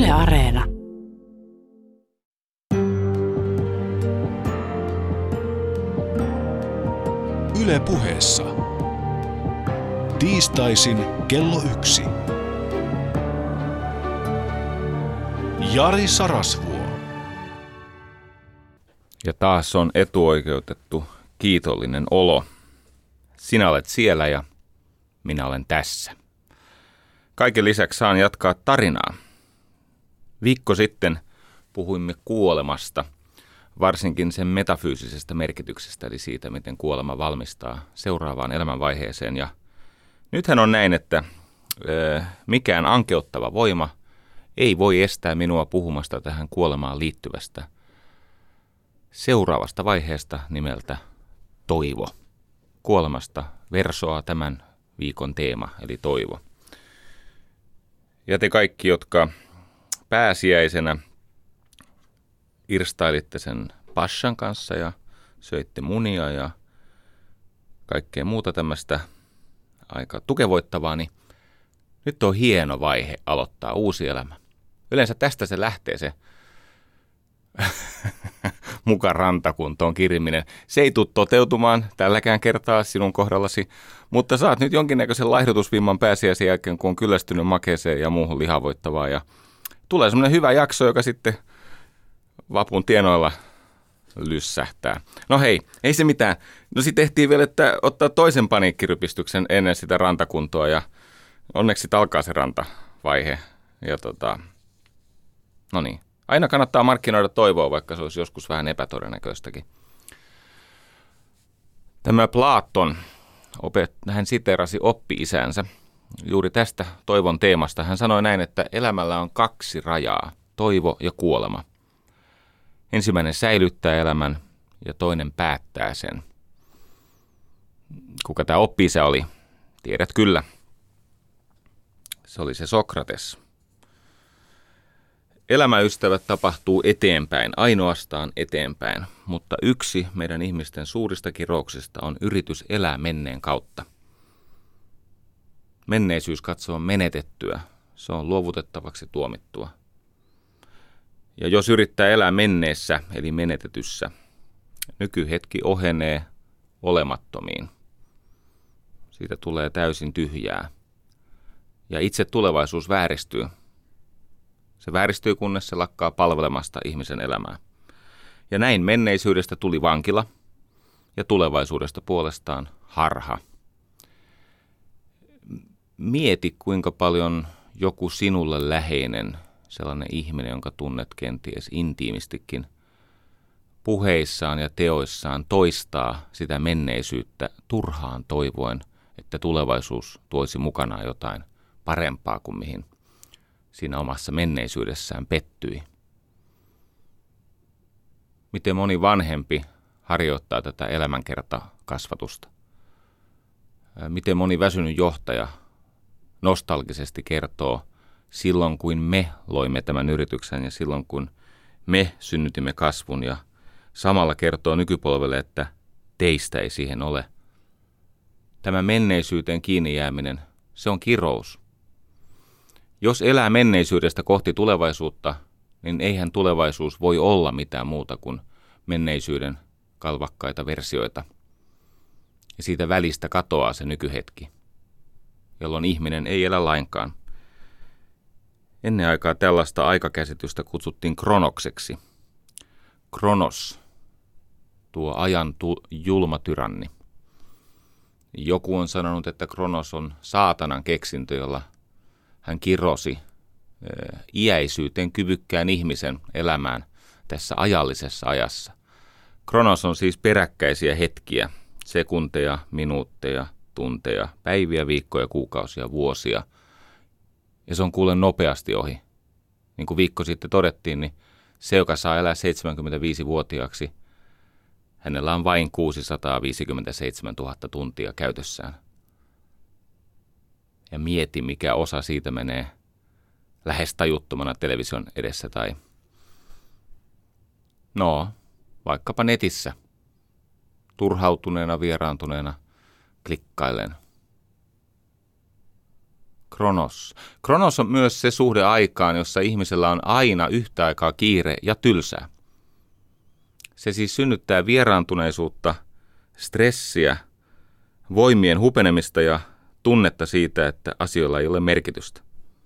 Yle Areena. Yle Puheessa. Tiistaisin kello 1. Jari Sarasvuo. Ja taas on etuoikeutettu kiitollinen olo. Sinä olet siellä ja minä olen tässä. Kaiken lisäksi saan jatkaa tarinaa. Viikko sitten puhuimme kuolemasta, varsinkin sen metafyysisestä merkityksestä, eli siitä, miten kuolema valmistaa seuraavaan elämänvaiheeseen. Ja nythän on näin, että mikään ankeuttava voima ei voi estää minua puhumasta tähän kuolemaan liittyvästä seuraavasta vaiheesta nimeltä toivo. Kuolemasta versoaa tämän viikon teema, eli toivo. Ja te kaikki, jotka pääsiäisenä irstailitte sen pashan kanssa ja söitte munia ja kaikkea muuta tämmöistä aika tukevoittavaa, niin nyt on hieno vaihe aloittaa uusi elämä. Yleensä tästä se lähtee se muka rantakuntoon kiriminen. Se ei tule toteutumaan tälläkään kertaa sinun kohdallasi, mutta saat nyt jonkinnäköisen laihdutusvimman pääsiäisen jälkeen, kun on kyllästynyt makeeseen ja muuhun lihavoittavaa. Ja tulee semmoinen hyvä jakso, joka sitten vapun tienoilla lyssähtää. No hei, ei se mitään. No sitten tehtiin vielä, että ottaa toisen paniikkirypistyksen ennen sitä rantakuntoa ja onneksi sitten alkaa se rantavaihe. Ja no niin. Aina kannattaa markkinoida toivoa, vaikka se olisi joskus vähän epätodennäköistäkin. Tämä Platon, hän siteerasi oppi-isänsä juuri tästä toivon teemasta. Hän sanoi näin, että elämällä on 2 rajaa, toivo ja kuolema. Ensimmäinen säilyttää elämän ja toinen päättää sen. Kuka tämä oppi-isä oli? Tiedät kyllä. Se oli se Sokrates. Elämäystävät tapahtuu eteenpäin, ainoastaan eteenpäin, mutta yksi meidän ihmisten suurista kirouksista on yritys elää menneen kautta. Menneisyys katsoo menetettyä, se on luovutettavaksi tuomittua. Ja jos yrittää elää menneessä, eli menetetyssä, nykyhetki ohenee olemattomiin. Siitä tulee täysin tyhjää. Ja itse tulevaisuus vääristyy. Se vääristyy, kunnes se lakkaa palvelemasta ihmisen elämää. Ja näin menneisyydestä tuli vankila ja tulevaisuudesta puolestaan harha. Mieti, kuinka paljon joku sinulle läheinen, sellainen ihminen, jonka tunnet kenties intiimistikin, puheissaan ja teoissaan toistaa sitä menneisyyttä turhaan toivoen, että tulevaisuus tuoisi mukanaan jotain parempaa kuin mihin siinä omassa menneisyydessään pettyi. Miten moni vanhempi harjoittaa tätä elämänkertakasvatusta? Miten moni väsynyt johtaja nostalgisesti kertoo silloin, kun me loimme tämän yrityksen ja silloin, kun me synnytimme kasvun ja samalla kertoo nykypolvelle, että teistä ei siihen ole. Tämä menneisyyteen kiinni jääminen, se on kirous. Jos elää menneisyydestä kohti tulevaisuutta, niin eihän tulevaisuus voi olla mitään muuta kuin menneisyyden kalvakkaita versioita. Ja siitä välistä katoaa se nykyhetki, jolloin ihminen ei elä lainkaan. Ennen aikaa tällaista aikakäsitystä kutsuttiin kronokseksi. Kronos, tuo ajan julma tyranni. Joku on sanonut, että Kronos on saatanan keksintö, jolla hän kirosi iäisyyteen kyvykkään ihmisen elämään tässä ajallisessa ajassa. Kronos on siis peräkkäisiä hetkiä, sekunteja, minuutteja, tunteja, päiviä, viikkoja, kuukausia, vuosia. Ja se on kuule nopeasti ohi. Niin kuin viikko sitten todettiin, niin se, joka saa elää 75-vuotiaaksi, hänellä on vain 657 000 tuntia käytössään. Ja mieti, mikä osa siitä menee lähes tajuttomana television edessä tai vaikkapa netissä, turhautuneena, vieraantuneena, klikkaillen. Kronos. Kronos on myös se suhde aikaan, jossa ihmisellä on aina yhtä aikaa kiire ja tylsää. Se siis synnyttää vieraantuneisuutta, stressiä, voimien hupenemista ja tunnetta siitä, että asioilla ei ole merkitystä.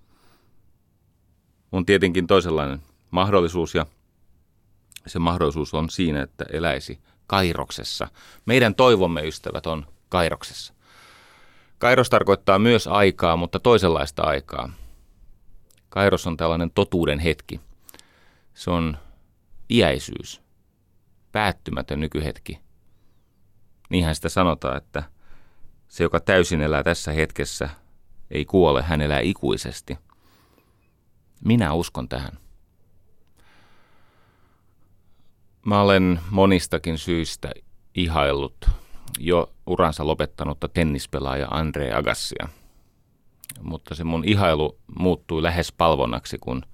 On tietenkin toisenlainen mahdollisuus ja se mahdollisuus on siinä, että eläisi kairoksessa. Meidän toivomme, ystävät, on kairoksessa. Kairos tarkoittaa myös aikaa, mutta toisenlaista aikaa. Kairos on tällainen totuuden hetki. Se on iäisyys, päättymätön nykyhetki. Niinhän sitä sanotaan, että se, joka täysin elää tässä hetkessä, ei kuole, hän elää ikuisesti. Minä uskon tähän. Mä olen monistakin syistä ihaillut jo uransa lopettanutta tennispelaaja Andre Agassia. Mutta se mun ihailu muuttui lähes palvonnaksi, kun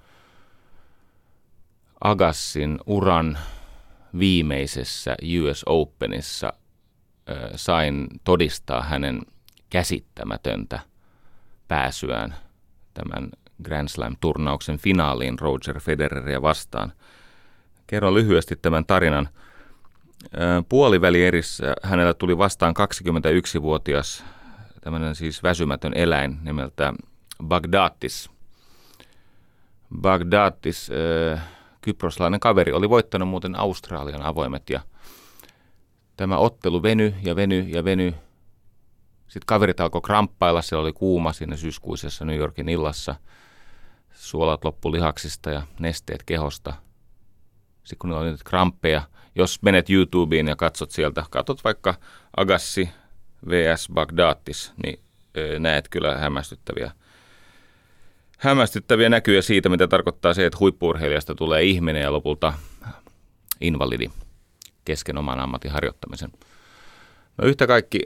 Agassin uran viimeisessä US Openissa sain todistaa hänen käsittämätöntä pääsyään tämän Grand Slam-turnauksen finaaliin Roger Federeria vastaan. Kerron lyhyesti tämän tarinan. Puolivälierissä hänellä tuli vastaan 21-vuotias, tämmöinen siis väsymätön eläin nimeltä Baghdatis. Baghdatis, kyproslainen kaveri, oli voittanut muuten Australian avoimet ja tämä ottelu venyi ja venyi ja venyi. Sitten kaverit alkoi kramppailla, siellä oli kuuma siinä syyskuisessa New Yorkin illassa. Suolat loppu lihaksista ja nesteet kehosta. Sitten kun niillä oli nyt kramppeja, jos menet YouTubeen ja katsot vaikka Agassi vs. Baghdatis, niin näet kyllä hämmästyttäviä näkyjä siitä, mitä tarkoittaa se, että huippu-urheilijasta tulee ihminen ja lopulta invalidi kesken oman ammatin harjoittamisen. No yhtä kaikki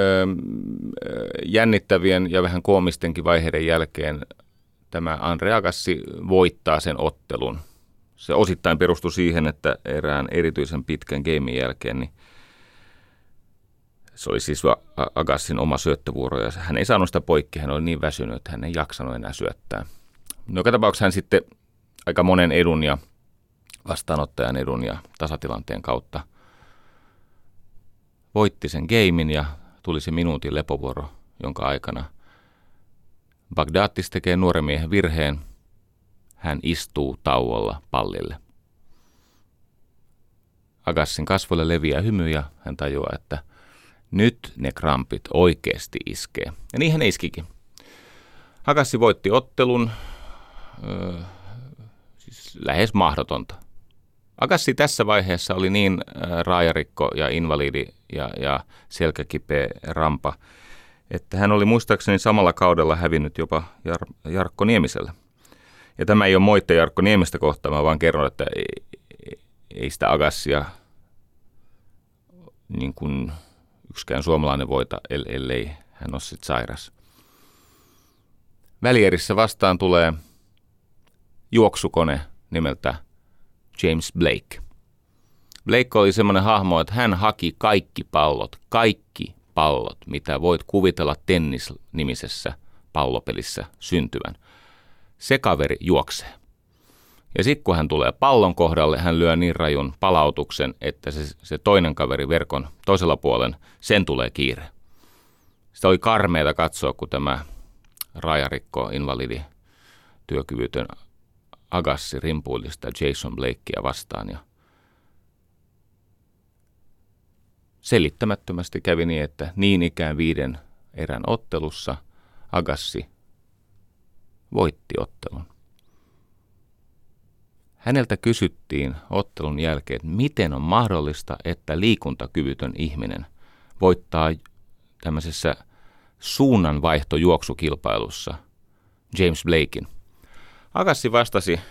jännittävien ja vähän koomistenkin vaiheiden jälkeen tämä Andre Agassi voittaa sen ottelun. Se osittain perustui siihen, että erään erityisen pitkän gamein jälkeen, niin se oli siis Agassin oma syöttövuoro ja hän ei saanut sitä poikki, hän oli niin väsynyt, että hän ei jaksanut enää syöttää. No joka tapauksessa hän sitten aika monen edun ja vastaanottajan edun ja tasatilanteen kautta voitti sen gamein ja tuli se minuutin lepovuoro, jonka aikana Baghdatis tekee nuoren miehen virheen. Hän istuu tauolla pallille. Agassin kasvoille leviää hymy ja hän tajuaa, että nyt ne krampit oikeasti iskee. Ja niin hän iskikin. Agassi voitti ottelun, siis lähes mahdotonta. Agassi tässä vaiheessa oli niin raajarikko ja invalidi ja selkäkipeä rampa, että hän oli muistaakseni samalla kaudella hävinnyt jopa Jarkko Niemiselle. Ja tämä ei ole moitte Jarkko Niemestä kohtaan, mä vaan kerron, että ei sitä Agassia niin kuin yksikään suomalainen voita, ellei hän ole sitten sairas. Välierissä vastaan tulee juoksukone nimeltä James Blake. Blake oli semmoinen hahmo, että hän haki kaikki pallot, mitä voit kuvitella tennis-nimisessä pallopelissä syntyvän. Se kaveri juoksee. Ja sitten kun hän tulee pallon kohdalle, hän lyö niin rajun palautuksen, että se toinen kaveri verkon toisella puolen, sen tulee kiire. Sitä oli karmeita katsoa, kun tämä raajarikko, invalidi, työkyvytön Agassi rimpuili sitä Jason Blakea vastaan. Ja selittämättömästi kävi niin, että niin ikään 5 erän ottelussa Agassi voitti ottelun. Häneltä kysyttiin ottelun jälkeen, että miten on mahdollista, että liikuntakyvytön ihminen voittaa tämmöisessä suunnanvaihtojuoksukilpailussa James Blaken. Agassi vastasi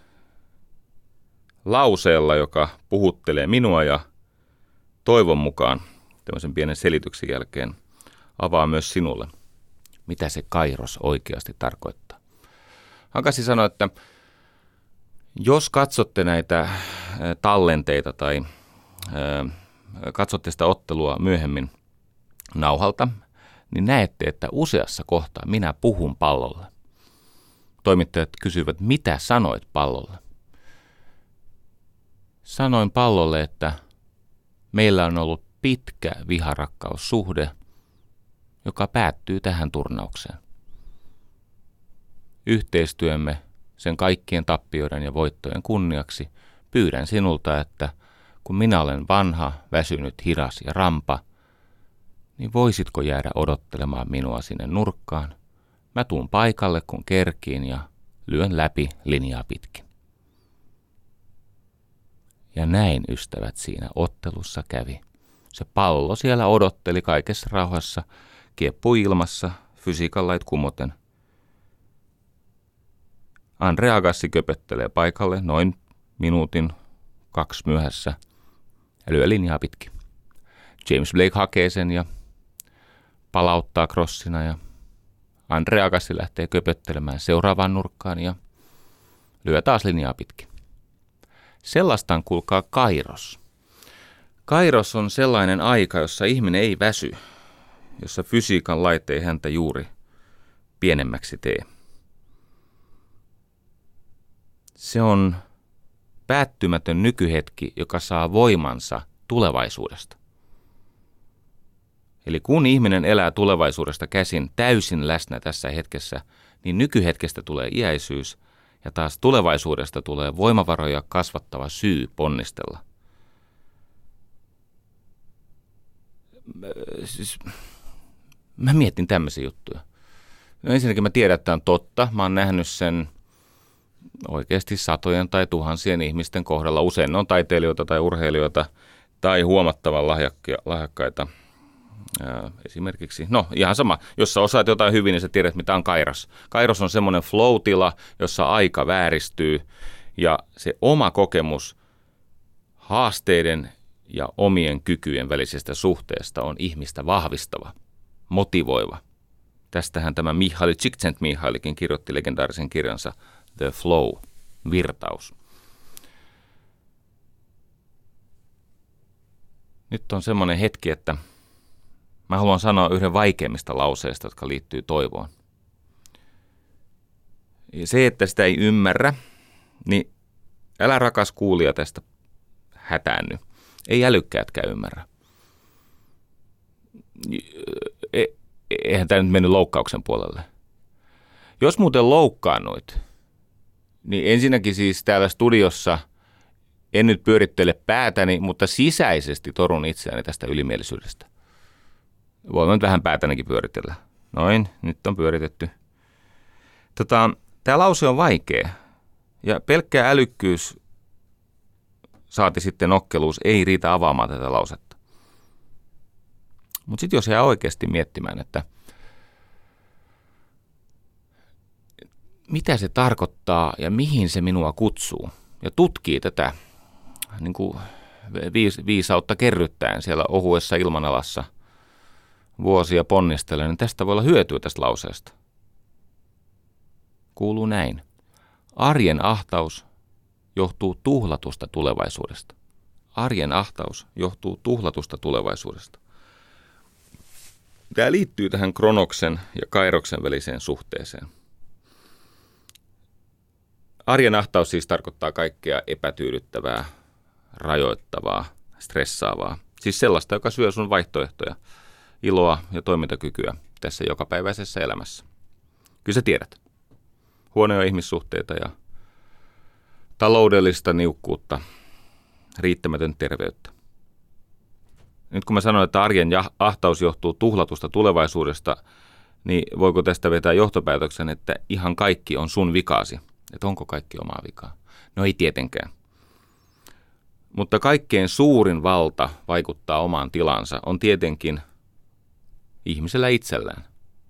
lauseella, joka puhuttelee minua ja toivon mukaan tämmöisen pienen selityksen jälkeen avaa myös sinulle, mitä se kairos oikeasti tarkoittaa. Agassi sanoi, että jos katsotte näitä tallenteita tai katsotte sitä ottelua myöhemmin nauhalta, niin näette, että useassa kohtaa minä puhun pallolle. Toimittajat kysyvät, mitä sanoit pallolle? Sanoin pallolle, että meillä on ollut pitkä viharakkaussuhde, joka päättyy tähän turnaukseen. Yhteistyömme sen kaikkien tappioiden ja voittojen kunniaksi pyydän sinulta, että kun minä olen vanha, väsynyt, hidas ja rampa, niin voisitko jäädä odottelemaan minua sinne nurkkaan? Mä tuun paikalle, kun kerkiin ja lyön läpi linjaa pitkin. Ja näin, ystävät, siinä ottelussa kävi. Se pallo siellä odotteli kaikessa rauhassa, kieppui ilmassa, fysiikan lait kumoten. Andre Agassi köpöttelee paikalle noin minuutin 2 myöhässä ja lyö linjaa pitkin. James Blake hakee sen ja palauttaa crossina ja Andre Agassi lähtee köpöttelemään seuraavaan nurkkaan ja lyö taas linjaa pitkin. Sellaista on, kuulkaa, kairos. Kairos on sellainen aika, jossa ihminen ei väsy, jossa fysiikan lait ei häntä juuri pienemmäksi tee. Se on päättymätön nykyhetki, joka saa voimansa tulevaisuudesta. Eli kun ihminen elää tulevaisuudesta käsin täysin läsnä tässä hetkessä, niin nykyhetkestä tulee iäisyys ja taas tulevaisuudesta tulee voimavaroja kasvattava syy ponnistella. Mä mietin tämmöisiä juttuja. No ensinnäkin mä tiedän, että tämä on totta. Mä oon nähnyt sen oikeasti satojen tai tuhansien ihmisten kohdalla. Usein ne on taiteilijoita tai urheilijoita tai huomattavan lahjakkaita. Esimerkiksi, no ihan sama, jos sä osaat jotain hyvin, niin sä tiedät, mitä on kairos. Kairos on semmoinen flow-tila, jossa aika vääristyy ja se oma kokemus haasteiden ja omien kykyjen välisestä suhteesta on ihmistä vahvistava, motivoiva. Tästähän tämä Csikszentmihalyikin kirjoitti legendaarisen kirjansa The Flow, virtaus. Nyt on semmoinen hetki, että mä haluan sanoa yhden vaikeimmista lauseista, jotka liittyy toivoon. Ja se, että sitä ei ymmärrä, niin älä rakas kuulija tästä hätäänny. Ei älykkäätkään ymmärrä. Eihän tämä nyt mennyt loukkauksen puolelle. Jos muuten loukkaannuit, niin ensinnäkin siis täällä studiossa en nyt pyörittele päätäni, mutta sisäisesti torun itseäni tästä ylimielisyydestä. Voin nyt vähän päätänikin pyöritellä. Noin, nyt on pyöritetty. Tämä lause on vaikea ja pelkkä älykkyys saati sitten nokkeluus ei riitä avaamaan tätä lausetta. Mutta sitten jos jää oikeasti miettimään, että mitä se tarkoittaa ja mihin se minua kutsuu ja tutkii tätä niin kuin viisautta kerryttäen siellä ohuessa ilmanalassa vuosia ponnistellen, niin tästä voi olla hyötyä tästä lauseesta. Kuuluu näin. Arjen ahtaus johtuu tuhlatusta tulevaisuudesta. Arjen ahtaus johtuu tuhlatusta tulevaisuudesta. Tämä liittyy tähän Kronoksen ja Kairoksen väliseen suhteeseen. Arjen ahtaus siis tarkoittaa kaikkea epätyydyttävää, rajoittavaa, stressaavaa. Siis sellaista, joka syö sun vaihtoehtoja, iloa ja toimintakykyä tässä jokapäiväisessä elämässä. Kyllä sä tiedät. Huonoja ihmissuhteita ja taloudellista niukkuutta, riittämätön terveyttä. Nyt kun mä sanon, että arjen ahtaus johtuu tuhlatusta tulevaisuudesta, niin voiko tästä vetää johtopäätöksen, että ihan kaikki on sun vikaasi? Että onko kaikki omaa vikaa? No ei tietenkään. Mutta kaikkein suurin valta vaikuttaa omaan tilansa on tietenkin ihmisellä itsellään.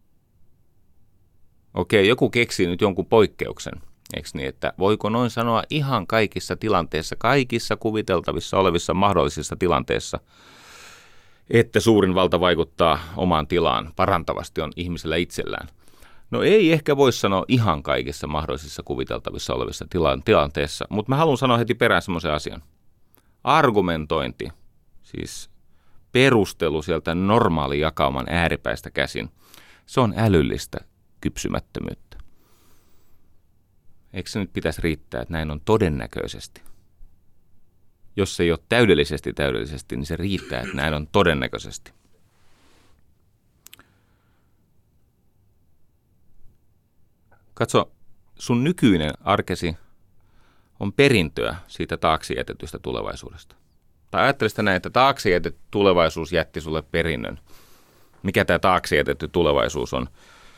Okei, joku keksii nyt jonkun poikkeuksen, eikö niin, että voiko noin sanoa ihan kaikissa tilanteissa, kaikissa kuviteltavissa olevissa mahdollisissa tilanteissa, että suurin valta vaikuttaa omaan tilaan parantavasti on ihmisellä itsellään. No ei ehkä voi sanoa ihan kaikissa mahdollisissa kuviteltavissa olevissa tilanteissa, mutta mä haluan sanoa heti perään semmoisen asian. Argumentointi, siis perustelu sieltä normaali jakauman ääripäistä käsin. Se on älyllistä kypsymättömyyttä. Eikö se nyt pitäisi riittää, että näin on todennäköisesti? Jos se ei ole täydellisesti, niin se riittää, että näin on todennäköisesti. Katso, sun nykyinen arkesi on perintöä siitä taakse jätetystä tulevaisuudesta. Tai ajattele sitä näin, että taakse jätetty tulevaisuus jätti sulle perinnön. Mikä tämä taakse jätetty tulevaisuus on?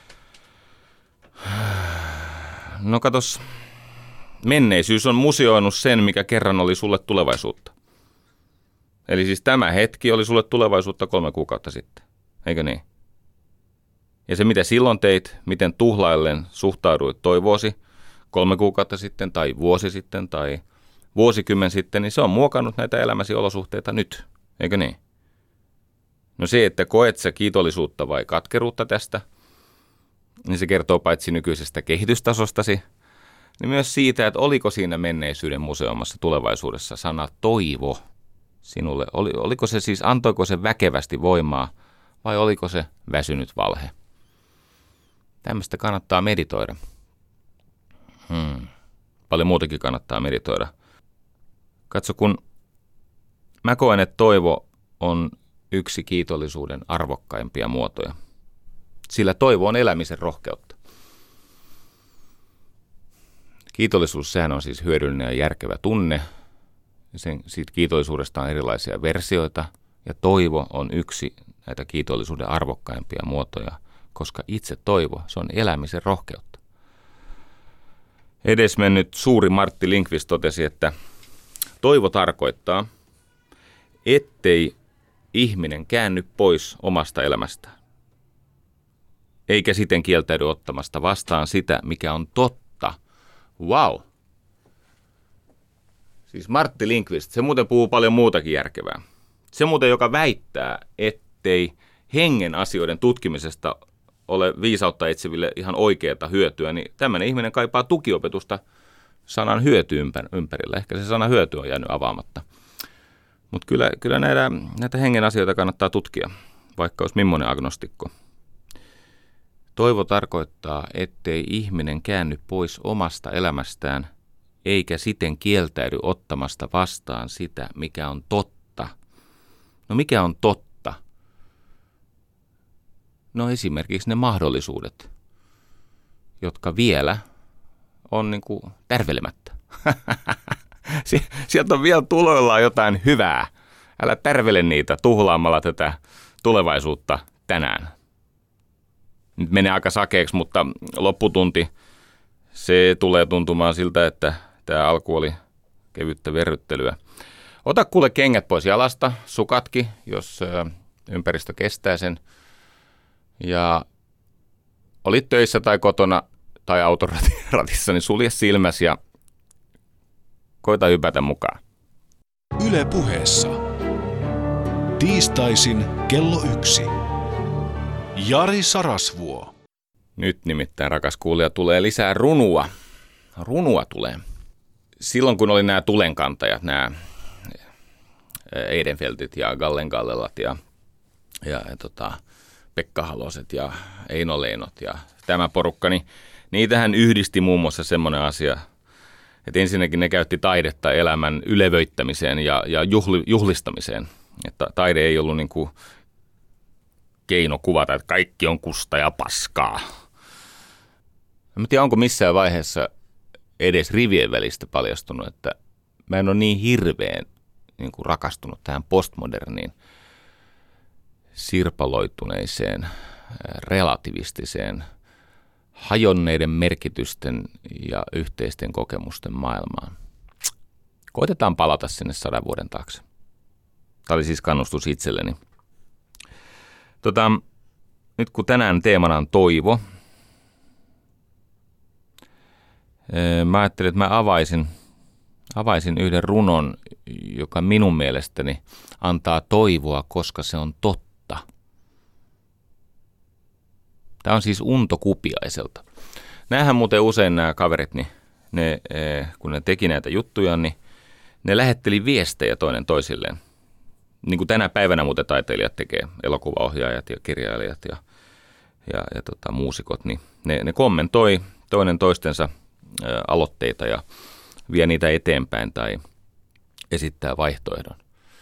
No katos, menneisyys on museoinut sen, mikä kerran oli sulle tulevaisuutta. Eli siis tämä hetki oli sulle tulevaisuutta 3 kuukautta sitten, eikö niin? Ja se, mitä silloin teit, miten tuhlaillen suhtauduit toivoosi 3 kuukautta sitten tai vuosi sitten tai vuosikymmen sitten, niin se on muokannut näitä elämäsi olosuhteita nyt, eikö niin? No se, että koet sä kiitollisuutta vai katkeruutta tästä, niin se kertoo paitsi nykyisestä kehitystasostasi, niin myös siitä, että oliko siinä menneisyyden museomassa tulevaisuudessa sana toivo sinulle. Oliko se siis, antoiko se väkevästi voimaa vai oliko se väsynyt valhe? Tämmöistä kannattaa meditoida. Paljon muutakin kannattaa meditoida. Katso, kun mä koen, että toivo on yksi kiitollisuuden arvokkaimpia muotoja. Sillä toivo on elämisen rohkeutta. Kiitollisuus, sehän on siis hyödyllinen ja järkevä tunne. Siitä kiitollisuudesta on erilaisia versioita. Ja toivo on yksi näitä kiitollisuuden arvokkaimpia muotoja, koska itse toivo, se on elämisen rohkeutta. Edesmennyt suuri Martti Lindqvist totesi, että toivo tarkoittaa, ettei ihminen käänny pois omasta elämästään, eikä siten kieltäydy ottamasta vastaan sitä, mikä on totta. Wow! Siis Martti Lindqvist, se muuten puhuu paljon muutakin järkevää. Se muuten, joka väittää, ettei hengen asioiden tutkimisesta ole viisautta etsiville ihan oikeata hyötyä, niin tämmöinen ihminen kaipaa tukiopetusta sanan hyöty ympärillä. Ehkä se sana hyöty on jäänyt avaamatta. Mutta kyllä näitä hengen asioita kannattaa tutkia, vaikka olisi millainen agnostikko. Toivo tarkoittaa, ettei ihminen käänny pois omasta elämästään, eikä siten kieltäydy ottamasta vastaan sitä, mikä on totta. No mikä on totta? No esimerkiksi ne mahdollisuudet, jotka vielä on niin kuin tärvelemättä. Sieltä on vielä tuloillaan jotain hyvää. Älä tärvele niitä tuhlaamalla tätä tulevaisuutta tänään. Nyt menee aika sakeeksi, mutta lopputunti se tulee tuntumaan siltä, että tämä alku oli kevyttä verryttelyä. Ota kuule kengät pois jalasta, sukatkin, jos ympäristö kestää sen. Ja olit töissä tai kotona tai autoratissa, niin sulje silmäsi ja koita hypätä mukaan. Yle Puheessa. Tiistaisin kello 1. Jari Sarasvuo. Nyt nimittäin, rakas kuulija, tulee lisää runua. Runua tulee. Silloin kun oli nämä tulenkantajat, nämä Eidenfeltit ja Gallengallelat ja Pekka Haloset ja Eino Leinot ja tämä porukka, niin niitähän yhdisti muun muassa semmoinen asia, että ensinnäkin ne käytti taidetta elämän ylevöittämiseen ja juhlistamiseen. Että taide ei ollut niin kuin keino kuvata, että kaikki on kusta ja paskaa. En tiedä, onko missään vaiheessa edes rivien välistä paljastunut, että mä en ole niin hirveän niin kuin rakastunut tähän postmoderniin, sirpaloituneiseen, relativistiseen, hajonneiden merkitysten ja yhteisten kokemusten maailmaan. Koitetaan palata sinne 100 vuoden taakse. Tämä oli siis kannustus itselleni. Nyt kun tänään teemana on toivo, mä ajattelin, että mä avaisin yhden runon, joka minun mielestäni antaa toivoa, koska se on totta. Tämä on siis Unto Kupiaiselta. Nämähän muuten usein nämä kaverit, niin kun ne teki näitä juttuja, niin ne lähetteli viestejä toinen toisilleen. niin kuin tänä päivänä muuten taiteilijat tekee, elokuvaohjaajat ja kirjailijat ja muusikot, niin ne kommentoi toinen toistensa aloitteita ja vie niitä eteenpäin tai esittää vaihtoehdon.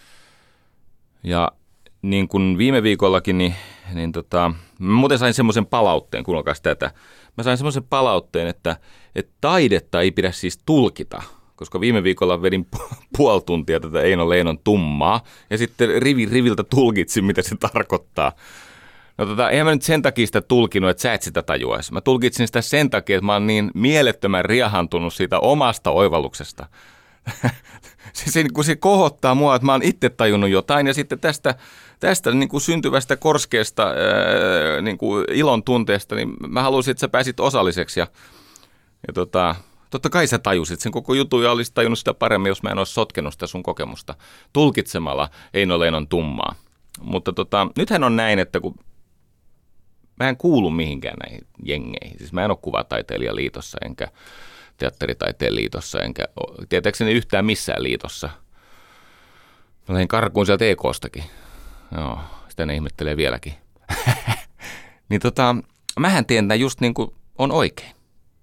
Ja niin kuin viime viikollakin, niin mä muuten sain semmoisen palautteen, kuunnelkaa tätä. Mä sain semmoisen palautteen, että taidetta ei pidä siis tulkita, koska viime viikolla vedin puoli tuntia tätä Eino Leinon tummaa ja sitten riviltä tulkitsin, mitä se tarkoittaa. No eihän mä nyt sen takia sitä tulkinut, että sä et sitä tajuaisi. Mä tulkitsin sitä sen takia, että mä oon niin mielettömän riehantunut siitä omasta oivalluksesta. Kun se kohottaa mua, että mä oon itse tajunnut jotain ja sitten tästä niin kuin syntyvästä korskeesta niin kuin ilon tunteesta, niin mä haluaisin, että sä pääsit osalliseksi ja totta kai sä tajusit sen koko jutun ja olisit tajunnut sitä paremmin, jos mä en olisi sotkenut sitä sun kokemusta tulkitsemalla Eino Leinon tummaa. Mutta nythän on näin, että kun mä en kuulu mihinkään näihin jengeihin, siis mä en ole Kuvataiteilijaliitossa enkä Teatteritaiteen liitossa, enkä tietääkseni yhtään missään liitossa. Mä lähdin karkuun sieltä EK:stakin. Joo, sitä ne ihmettelee vieläkin. Niin mähän teen just niin kuin on oikein.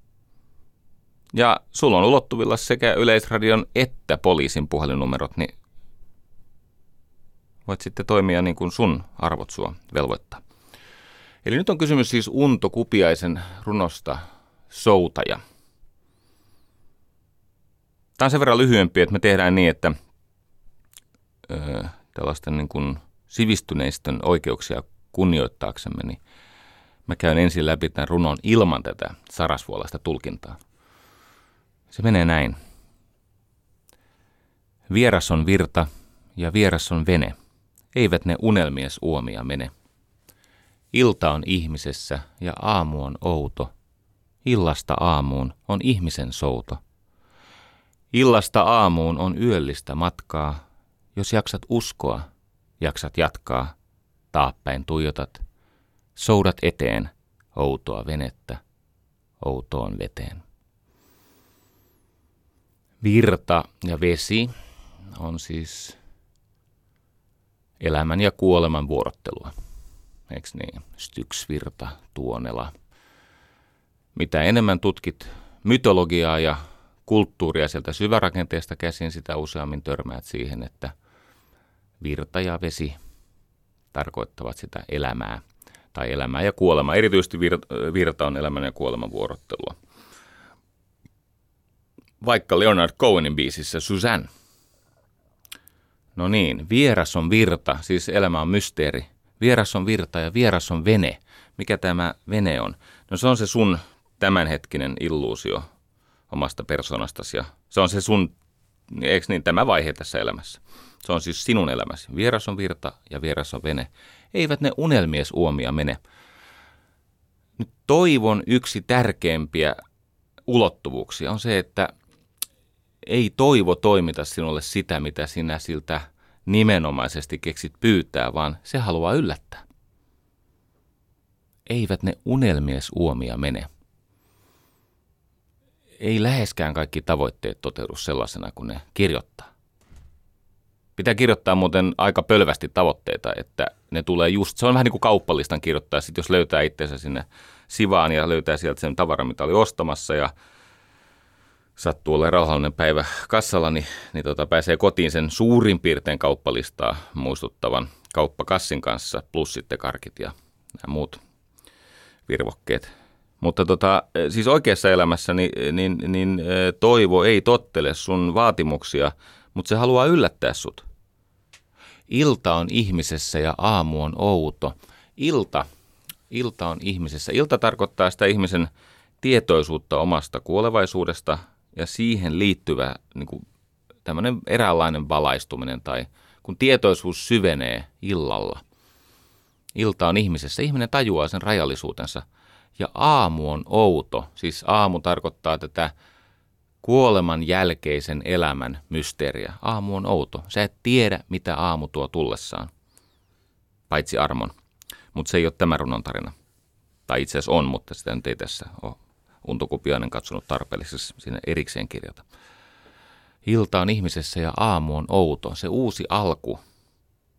Ja sulla on ulottuvilla sekä Yleisradion että poliisin puhelinnumerot, niin voit sitten toimia niin kuin sun arvot sua velvoittaa. Eli nyt on kysymys siis Unto Kupiaisen runosta Soutaja. Tämä on sen verran lyhyempi, että me tehdään niin, että tällaisten niin kuin sivistyneistön oikeuksia kunnioittaaksemme, niin mä käyn ensin läpi tämän runon ilman tätä sarasvuolaista tulkintaa. Se menee näin. Vieras on virta ja vieras on vene, eivät ne unelmies uomia mene. Ilta on ihmisessä ja aamu on outo, illasta aamuun on ihmisen souto. Illasta aamuun on yöllistä matkaa, jos jaksat uskoa, jaksat jatkaa, taappäin tuijotat, soudat eteen, outoa venettä, outoon veteen. Virta ja vesi on siis elämän ja kuoleman vuorottelua. Eikö niin? Styx-virta, Tuonela. Mitä enemmän tutkit mytologiaa ja kulttuuria sieltä syvärakenteesta käsin, sitä useammin törmäät siihen, että virta ja vesi tarkoittavat sitä elämää tai elämää ja kuolemaa. Erityisesti virta on elämän ja kuoleman vuorottelua. Vaikka Leonard Cohenin biisissä Suzanne. No niin, vieras on virta, siis elämä on mysteeri. Vieras on virta ja vieras on vene. Mikä tämä vene on? No se on se sun tämänhetkinen illuusio omasta persoonastasi ja se on se sun, eikö niin, tämä vaihe tässä elämässä. Se on siis sinun elämäsi. Vieras on virta ja vieras on vene. Eivät ne unelmies uomia mene. Nyt toivon yksi tärkeimpiä ulottuvuuksia on se, että ei toivo toimita sinulle sitä, mitä sinä siltä nimenomaisesti keksit pyytää, vaan se haluaa yllättää. Eivät ne unelmies uomia mene. Ei läheskään kaikki tavoitteet toteudu sellaisena kuin ne kirjoittaa. Pitää kirjoittaa muuten aika pölvästi tavoitteita, että ne tulee just, se on vähän niin kuin kauppalistan kirjoittaa, sit jos löytää itsensä sinne sivaan ja löytää sieltä sen tavaran, mitä oli ostamassa ja sattuu olemaan rauhallinen päivä kassalla, niin pääsee kotiin sen suurin piirtein kauppalistaa muistuttavan kauppakassin kanssa, plus sitten karkit ja nämä muut virvokkeet. Mutta siis oikeassa elämässä niin toivo ei tottele sun vaatimuksia, mutta se haluaa yllättää sut. Ilta on ihmisessä ja aamu on outo. Ilta on ihmisessä. Ilta tarkoittaa sitä ihmisen tietoisuutta omasta kuolevaisuudesta ja siihen liittyvä niin kuin tämmöinen eräänlainen valaistuminen tai kun tietoisuus syvenee illalla. Ilta on ihmisessä. Ihminen tajuaa sen rajallisuutensa. Ja aamu on outo. Siis aamu tarkoittaa tätä kuoleman jälkeisen elämän mysteeriä. Aamu on outo. Sä et tiedä, mitä aamu tuo tullessaan. Paitsi armon. Mutta se ei ole tämä runon tarina. Tai itse asiassa on, mutta sitä nyt ei tässä ole Unto Kupiainen katsonut tarpeellisessa siinä erikseen kirjata. Ilta on ihmisessä ja aamu on outo. Se uusi alku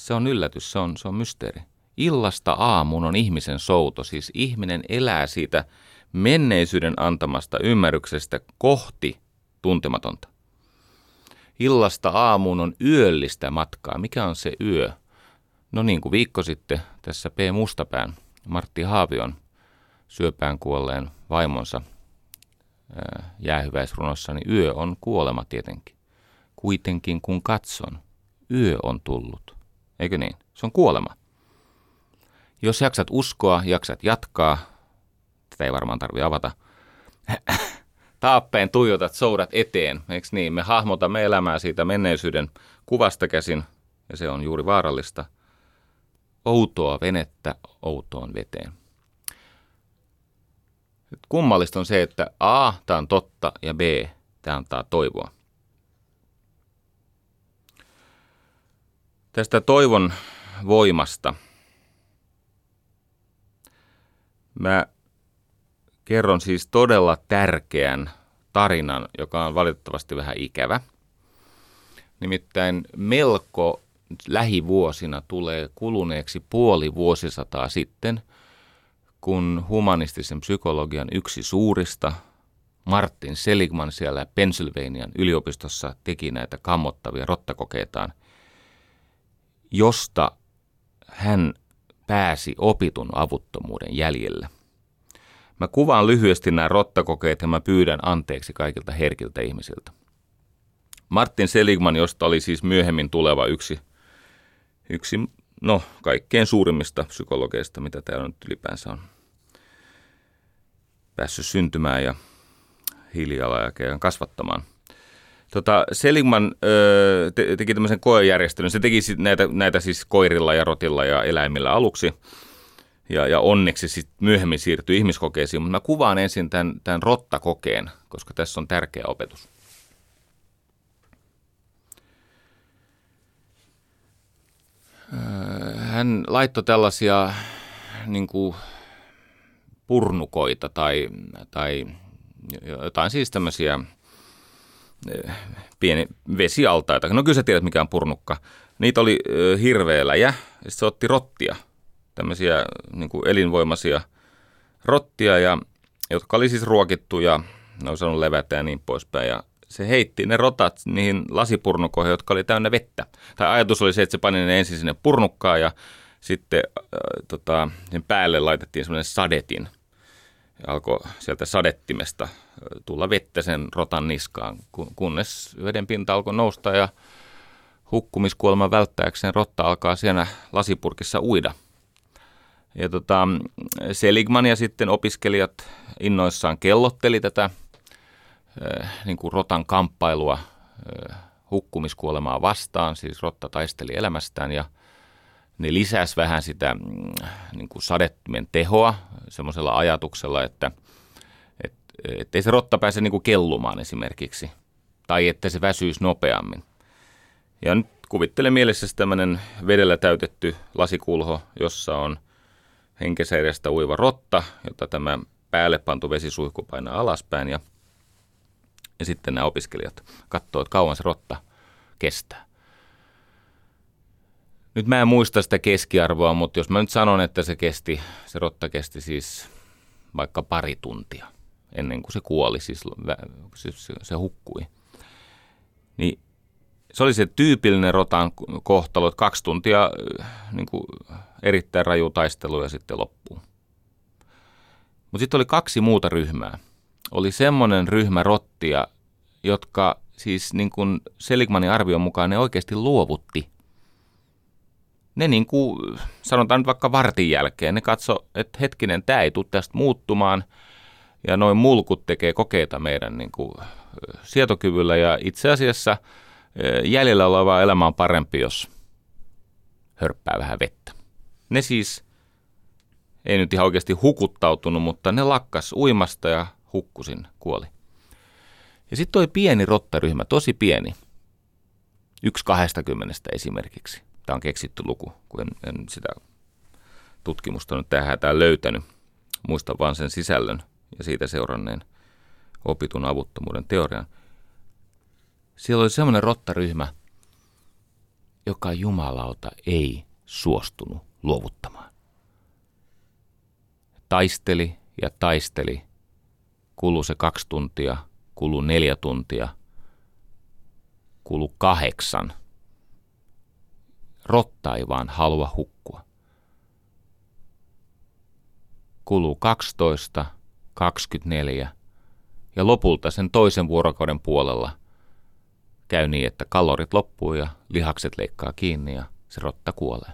Se on yllätys, se on mysteeri. Illasta aamuun on ihmisen souto, siis ihminen elää siitä menneisyyden antamasta ymmärryksestä kohti tuntematonta. Illasta aamuun on yöllistä matkaa. Mikä on se yö? No niin kuin viikko sitten tässä P. Mustapään, Martti Haavion syöpään kuolleen vaimonsa jäähyväisrunossa, niin yö on kuolema tietenkin. Kuitenkin kun katson, yö on tullut. Eikö niin? Se on kuolema. Jos jaksat uskoa, jaksat jatkaa, tätä ei varmaan tarvitse avata, taappeen tuijotat, soudat eteen, eikö niin? Me hahmotamme elämää siitä menneisyyden kuvasta käsin, ja se on juuri vaarallista. Outoa venettä outoon veteen. Kummallista on se, että A, tämä on totta, ja B, tämä antaa toivoa. Tästä toivon voimasta mä kerron siis todella tärkeän tarinan, joka on valitettavasti vähän ikävä. Nimittäin melko lähivuosina tulee kuluneeksi puoli vuosisataa sitten, kun humanistisen psykologian yksi suurista, Martin Seligman siellä Pennsylvanian yliopistossa teki näitä kammottavia rottakokeitaan, josta hän pääsi opitun avuttomuuden jäljelle. Mä kuvaan lyhyesti nämä rottakokeet ja mä pyydän anteeksi kaikilta herkiltä ihmisiltä. Martin Seligman, josta oli siis myöhemmin tuleva yksi kaikkein suurimmista psykologeista, mitä täällä nyt ylipäänsä on päässyt syntymään ja hiilijalanjälkeä kasvattamaan. Seligman teki tämmöisen koejärjestelyn. Se teki näitä siis koirilla ja rotilla ja eläimillä aluksi. Ja onneksi sitten myöhemmin siirtyi ihmiskokeisiin. Mutta mä kuvaan ensin tämän rottakokeen, koska tässä on tärkeä opetus. Hän laittoi tällaisia niin kuin purnukoita tai jotain siis tämmöisiä pieni vesialtaita. No kyllä sä tiedät, mikä on purnukka. Niitä oli hirveä läjä, ja sitten se otti rottia, tämmöisiä niin kuin elinvoimaisia rottia, jotka oli siis ruokittu ja ne oli saanut levätä ja niin poispäin. Ja se heitti ne rotat niihin lasipurnukoihin, jotka oli täynnä vettä. Tai ajatus oli se, että se pani ne ensin sinne purnukkaan ja sitten sen päälle laitettiin semmoinen sadetin. Alkoi sieltä sadettimesta tulla vettä sen rotan niskaan, kunnes veden pinta alkoi nousta ja hukkumiskuoleman välttääkseen rotta alkaa siinä lasipurkissa uida. Ja Seligman ja sitten opiskelijat innoissaan kellotteli tätä niin kuin rotan kamppailua hukkumiskuolemaa vastaan, siis rotta taisteli elämästään ja ne lisäsi vähän sitä niin kuin sadettimen tehoa semmoisella ajatuksella, että ei se rotta pääse niin kuin kellumaan esimerkiksi, tai että se väsyisi nopeammin. Ja nyt kuvittele mielessäsi tämmöinen vedellä täytetty lasikulho, jossa on henkensä uiva rotta, jota tämä päälle pantu vesisuihku painaa alaspäin, ja sitten nämä opiskelijat katsoo, että kauan se rotta kestää. Nyt mä en muista sitä keskiarvoa, mutta jos mä nyt sanon, että se rotta kesti siis vaikka pari tuntia ennen kuin se kuoli, siis se hukkui. Niin se oli se tyypillinen rotan kohtalo, että 2 tuntia niin kuin erittäin raju taistelu ja sitten loppuu. Mutta sitten oli 2 muuta ryhmää. Oli semmoinen ryhmä rottia, jotka siis niin kuin Seligmanin arvion mukaan ne oikeasti luovutti. Ne niin kuin, sanotaan nyt vaikka vartin jälkeen, ne katso, että hetkinen, tämä ei tule tästä muuttumaan. Ja noin mulkut tekee kokeita meidän niin kuin sietokyvyllä ja itse asiassa jäljellä oleva elämä on parempi, jos hörppää vähän vettä. Ne siis ei nyt ihan oikeasti hukuttautunut, mutta ne lakkas uimasta ja hukkusin kuoli. Ja sitten toi pieni rottaryhmä, tosi pieni, 1/20 esimerkiksi. Tämä on keksitty luku, kun en sitä tutkimusta nyt tähän löytänyt. Muistan vaan sen sisällön ja siitä seuranneen opitun avuttomuuden teorian. Siellä oli semmoinen rottaryhmä, joka jumalauta ei suostunut luovuttamaan. Taisteli ja taisteli. Kului se 2 tuntia, kului 4 tuntia, kului 8. Rotta ei vaan halua hukkua. Kului 12, 24 ja lopulta sen toisen vuorokauden puolella käy niin, että kalorit loppuu ja lihakset leikkaa kiinni ja se rotta kuolee.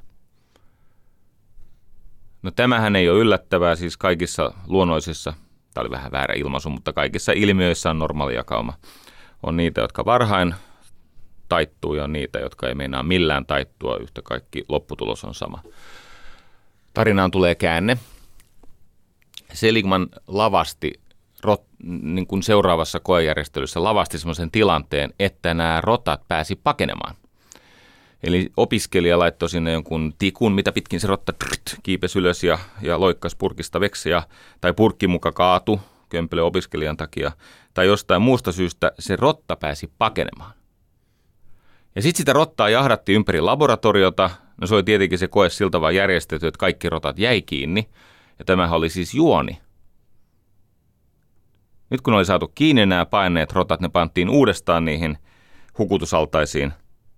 No tämähän ei ole yllättävää, siis kaikissa luonnoisissa, tämä oli vähän väärä ilmaisu, mutta kaikissa ilmiöissä on normaali jakauma. On niitä, jotka varhain taittuu ja on niitä, jotka ei meinaa millään taittua, yhtä kaikki lopputulos on sama. Tarinaan tulee käänne. Seligman lavasti niin kuin seuraavassa koejärjestelyssä lavasti semmoisen tilanteen, että nämä rotat pääsi pakenemaan. Eli opiskelija laittoi sinne jonkun tikun, mitä pitkin se rotta kiipesi ylös ja loikkasi purkista veksiä, tai purkki muka kaatu kömpelö opiskelijan takia, tai jostain muusta syystä se rotta pääsi pakenemaan. Ja sitten sitä rottaa jahdattiin ympäri laboratoriota. No se oli tietenkin se koe siltä vaan järjestetty, että kaikki rotat jäi kiinni. Ja tämähän oli siis juoni. Nyt kun oli saatu kiinni nämä paineet rotat, ne pantiin uudestaan niihin hukutusaltaisiin.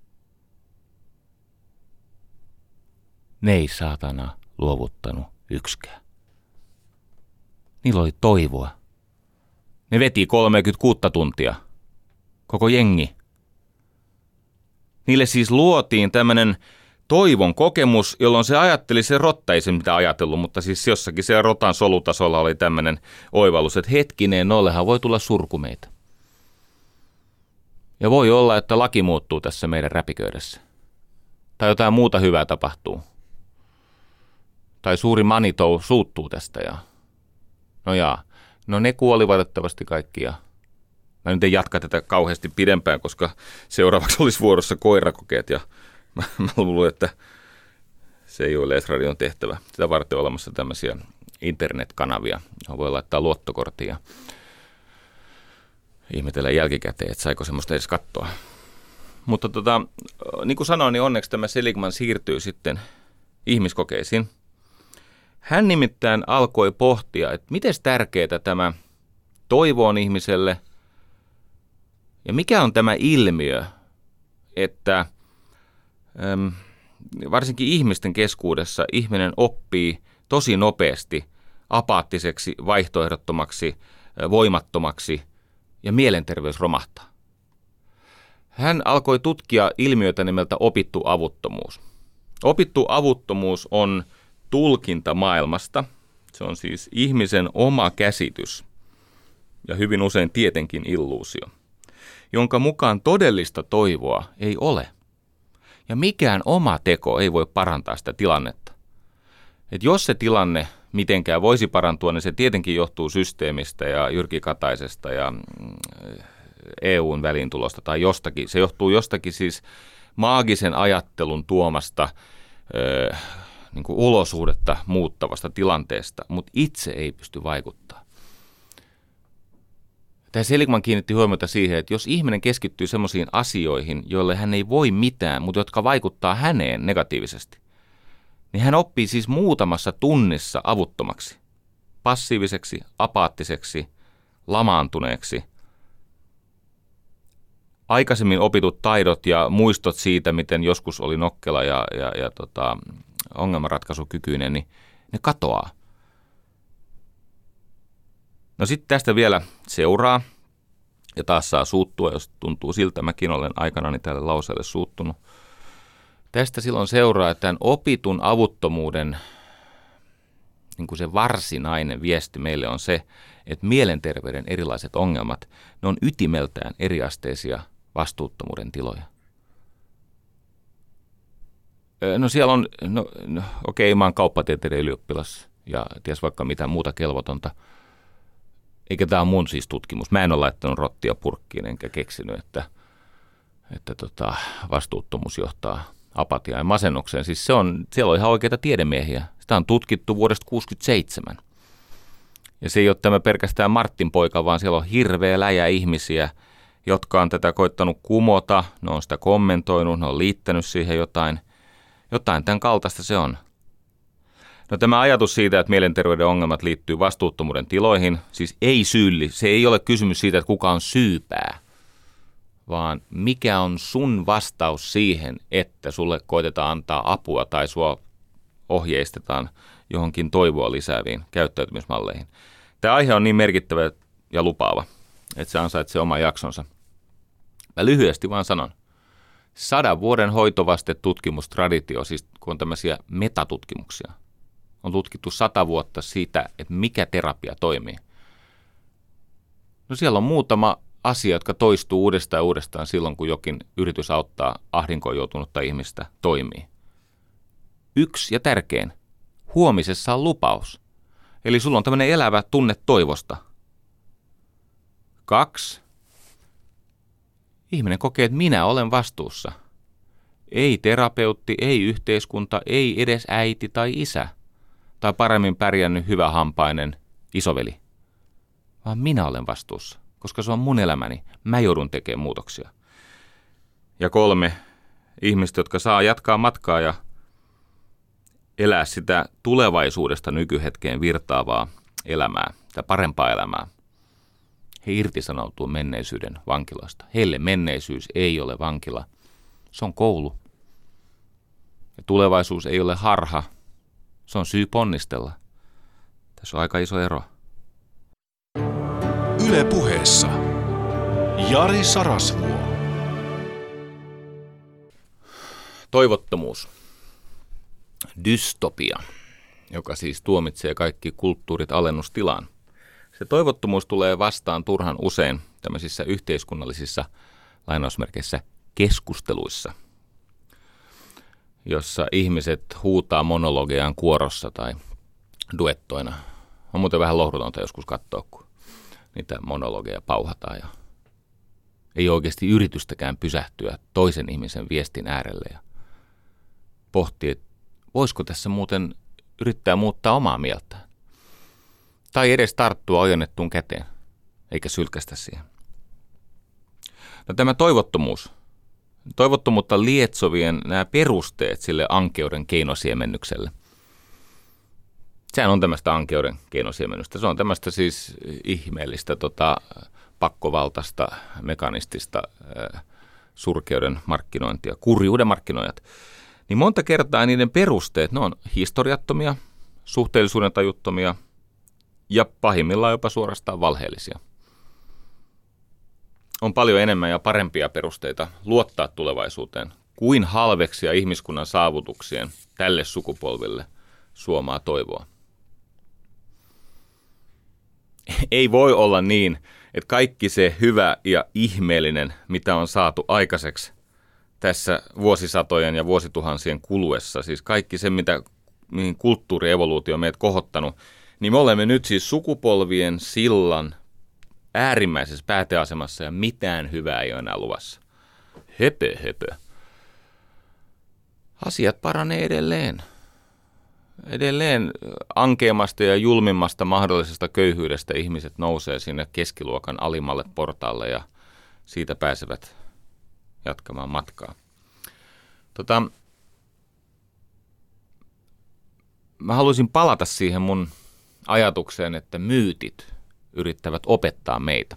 Ne ei saatana luovuttanut yksikään. Niillä oli toivoa. Ne veti 36 tuntia. Koko jengi. Niille siis luotiin tämmöinen toivon kokemus, jolloin se ajatteli, se rotta ei se mitä ajatellut, mutta siis jossakin se rotan solutasolla oli tämmöinen oivallus, että hetkinen, nollehan voi tulla surkumeita. Ja voi olla, että laki muuttuu tässä meidän räpiköydessä. Tai jotain muuta hyvää tapahtuu. Tai suuri Manitou suuttuu tästä ja no ne kuoli valitettavasti kaikki ja mä nyt en jatka tätä kauheasti pidempään, koska seuraavaksi olisi vuorossa koirakokeet ja mä luulen, että se ei ole Yleisradion tehtävä. Sitä varten on olemassa tämmöisiä internetkanavia, johon voi laittaa luottokortin ja ihmetellä jälkikäteen, että saiko semmoista edes katsoa. Mutta niin kuin sanoin, niin onneksi tämä Seligman siirtyy sitten ihmiskokeisiin. Hän nimittäin alkoi pohtia, että miten tärkeää tämä toivo on ihmiselle ja mikä on tämä ilmiö, että varsinkin ihmisten keskuudessa ihminen oppii tosi nopeasti apaattiseksi, vaihtoehdottomaksi, voimattomaksi ja mielenterveys romahtaa. Hän alkoi tutkia ilmiötä nimeltä opittu avuttomuus. Opittu avuttomuus on tulkinta maailmasta. Se on siis ihmisen oma käsitys ja hyvin usein tietenkin illuusio, jonka mukaan todellista toivoa ei ole. Ja mikään oma teko ei voi parantaa sitä tilannetta. Et jos se tilanne mitenkään voisi parantua, niin se tietenkin johtuu systeemistä ja Jyrki Kataisesta ja EUn väliintulosta tai jostakin. Se johtuu jostakin siis maagisen ajattelun tuomasta niin kuin olosuhdetta muuttavasta tilanteesta, mutta itse ei pysty vaikuttamaan. Tämä Seligman kiinnitti huomiota siihen, että jos ihminen keskittyy semmoisiin asioihin, joille hän ei voi mitään, mutta jotka vaikuttaa häneen negatiivisesti, niin hän oppii siis muutamassa tunnissa avuttomaksi, passiiviseksi, apaattiseksi, lamaantuneeksi. Aikaisemmin opitut taidot ja muistot siitä, miten joskus oli nokkela ja ongelmanratkaisukykyinen, niin ne katoaa. No sitten tästä vielä seuraa, ja taas saa suuttua, jos tuntuu siltä, mäkin olen aikanani tälle lauseelle suuttunut. Tästä silloin seuraa, että tämän opitun avuttomuuden niin kuin se varsinainen viesti meille on se, että mielenterveyden erilaiset ongelmat, ne on ytimeltään eriasteisia vastuuttomuuden tiloja. No siellä on, mä oon kauppatieteiden ylioppilas ja ties vaikka mitä muuta kelvotonta. Eikä tämä on mun siis tutkimus. Mä en ole laittanut rottia purkkiin enkä keksinyt, että vastuuttomuus johtaa apatiaan ja masennukseen. Siis siellä on ihan oikeita tiedemiehiä. Sitä on tutkittu vuodesta 1967. Ja se ei ole tämä pelkästään Martin poika, vaan siellä on hirveä läjä ihmisiä, jotka on tätä koittanut kumota, ne on sitä kommentoinut, ne on liittänyt siihen jotain tämän kaltaista se on. No tämä ajatus siitä, että mielenterveyden ongelmat liittyy vastuuttomuuden tiloihin, siis se ei ole kysymys siitä, että kuka on syypää, vaan mikä on sun vastaus siihen, että sulle koitetaan antaa apua tai sua ohjeistetaan johonkin toivoa lisääviin käyttäytymismalleihin. Tämä aihe on niin merkittävä ja lupaava, että se ansaitsee oman jaksonsa. Mä lyhyesti vaan sanon. 100 vuoden hoitovastetutkimustraditio, siis kun on tämmöisiä metatutkimuksia, on tutkittu 100 vuotta siitä, että mikä terapia toimii. No siellä on muutama asia, jotka toistuu uudestaan ja uudestaan silloin, kun jokin yritys auttaa ahdinkoon joutunutta ihmistä toimii. 1 ja tärkein, huomisessa on lupaus. Eli sulla on tämmöinen elävä tunne toivosta. 2, ihminen kokee, että minä olen vastuussa. Ei terapeutti, ei yhteiskunta, ei edes äiti tai isä. Tai paremmin pärjännyt hyvähampainen isoveli. Vaan minä olen vastuussa, koska se on mun elämäni. Mä joudun tekemään muutoksia. Ja 3, ihmiset, jotka saa jatkaa matkaa ja elää sitä tulevaisuudesta nykyhetkeen virtaavaa elämää, sitä parempaa elämää. He irtisanoutuu menneisyyden vankiloista. Heille menneisyys ei ole vankila. Se on koulu. Ja tulevaisuus ei ole harha. Se on syy ponnistella. Tässä on aika iso ero. Yle Puheessa. Jari Sarasvuo. Toivottomuus. Dystopia, joka siis tuomitsee kaikki kulttuurit alennustilaan. Se toivottomuus tulee vastaan turhan usein tämmöisissä yhteiskunnallisissa lainausmerkeissä keskusteluissa, jossa ihmiset huutaa monologiaan kuorossa tai duettoina. On muuten vähän lohdutonta joskus katsoa, kun niitä monologeja pauhataan ja ei oikeasti yritystäkään pysähtyä toisen ihmisen viestin äärelle ja pohtia, että voisiko tässä muuten yrittää muuttaa omaa mieltään. Tai edes tarttua ojennettuun käteen, eikä sylkästä siihen. No tämä toivottomuutta lietsovien nämä perusteet sille ankeuden keinosiemennykselle. Sehän on tämmöistä ankeuden keinosiemennystä. Se on tämmöistä siis ihmeellistä, pakkovaltaista, mekanistista surkeuden markkinointia, kurjuuden markkinoijat. Niin monta kertaa niiden perusteet, ne on historiattomia, suhteellisuuden tajuttomia ja pahimmillaan jopa suorastaan valheellisia. On paljon enemmän ja parempia perusteita luottaa tulevaisuuteen kuin halveksia ihmiskunnan saavutuksien tälle sukupolvelle suomaa toivoa. Ei voi olla niin, että kaikki se hyvä ja ihmeellinen, mitä on saatu aikaiseksi tässä vuosisatojen ja vuosituhansien kuluessa, siis kaikki se, mihin kulttuurievoluutio on meidät kohottanut, niin me olemme nyt siis sukupolvien sillan äärimmäisessä pääteasemassa ja mitään hyvää ei ole enää luvassa. Höpö. Asiat paranee edelleen. Edelleen ankeammasta ja julmimmasta mahdollisesta köyhyydestä ihmiset nousee sinne keskiluokan alimmalle portaalle ja siitä pääsevät jatkamaan matkaa. Mä haluaisin palata siihen mun ajatukseen, että myytit yrittävät opettaa meitä.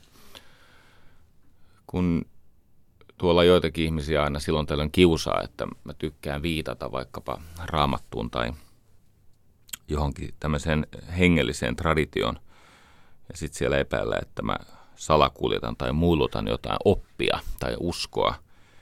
Kun tuolla joitakin ihmisiä aina silloin tällöin kiusaa, että mä tykkään viitata vaikkapa Raamattuun tai johonkin tämmöiseen hengelliseen traditioon. Ja sitten siellä epäillä, että mä salakuljetan tai muilutan jotain oppia tai uskoa.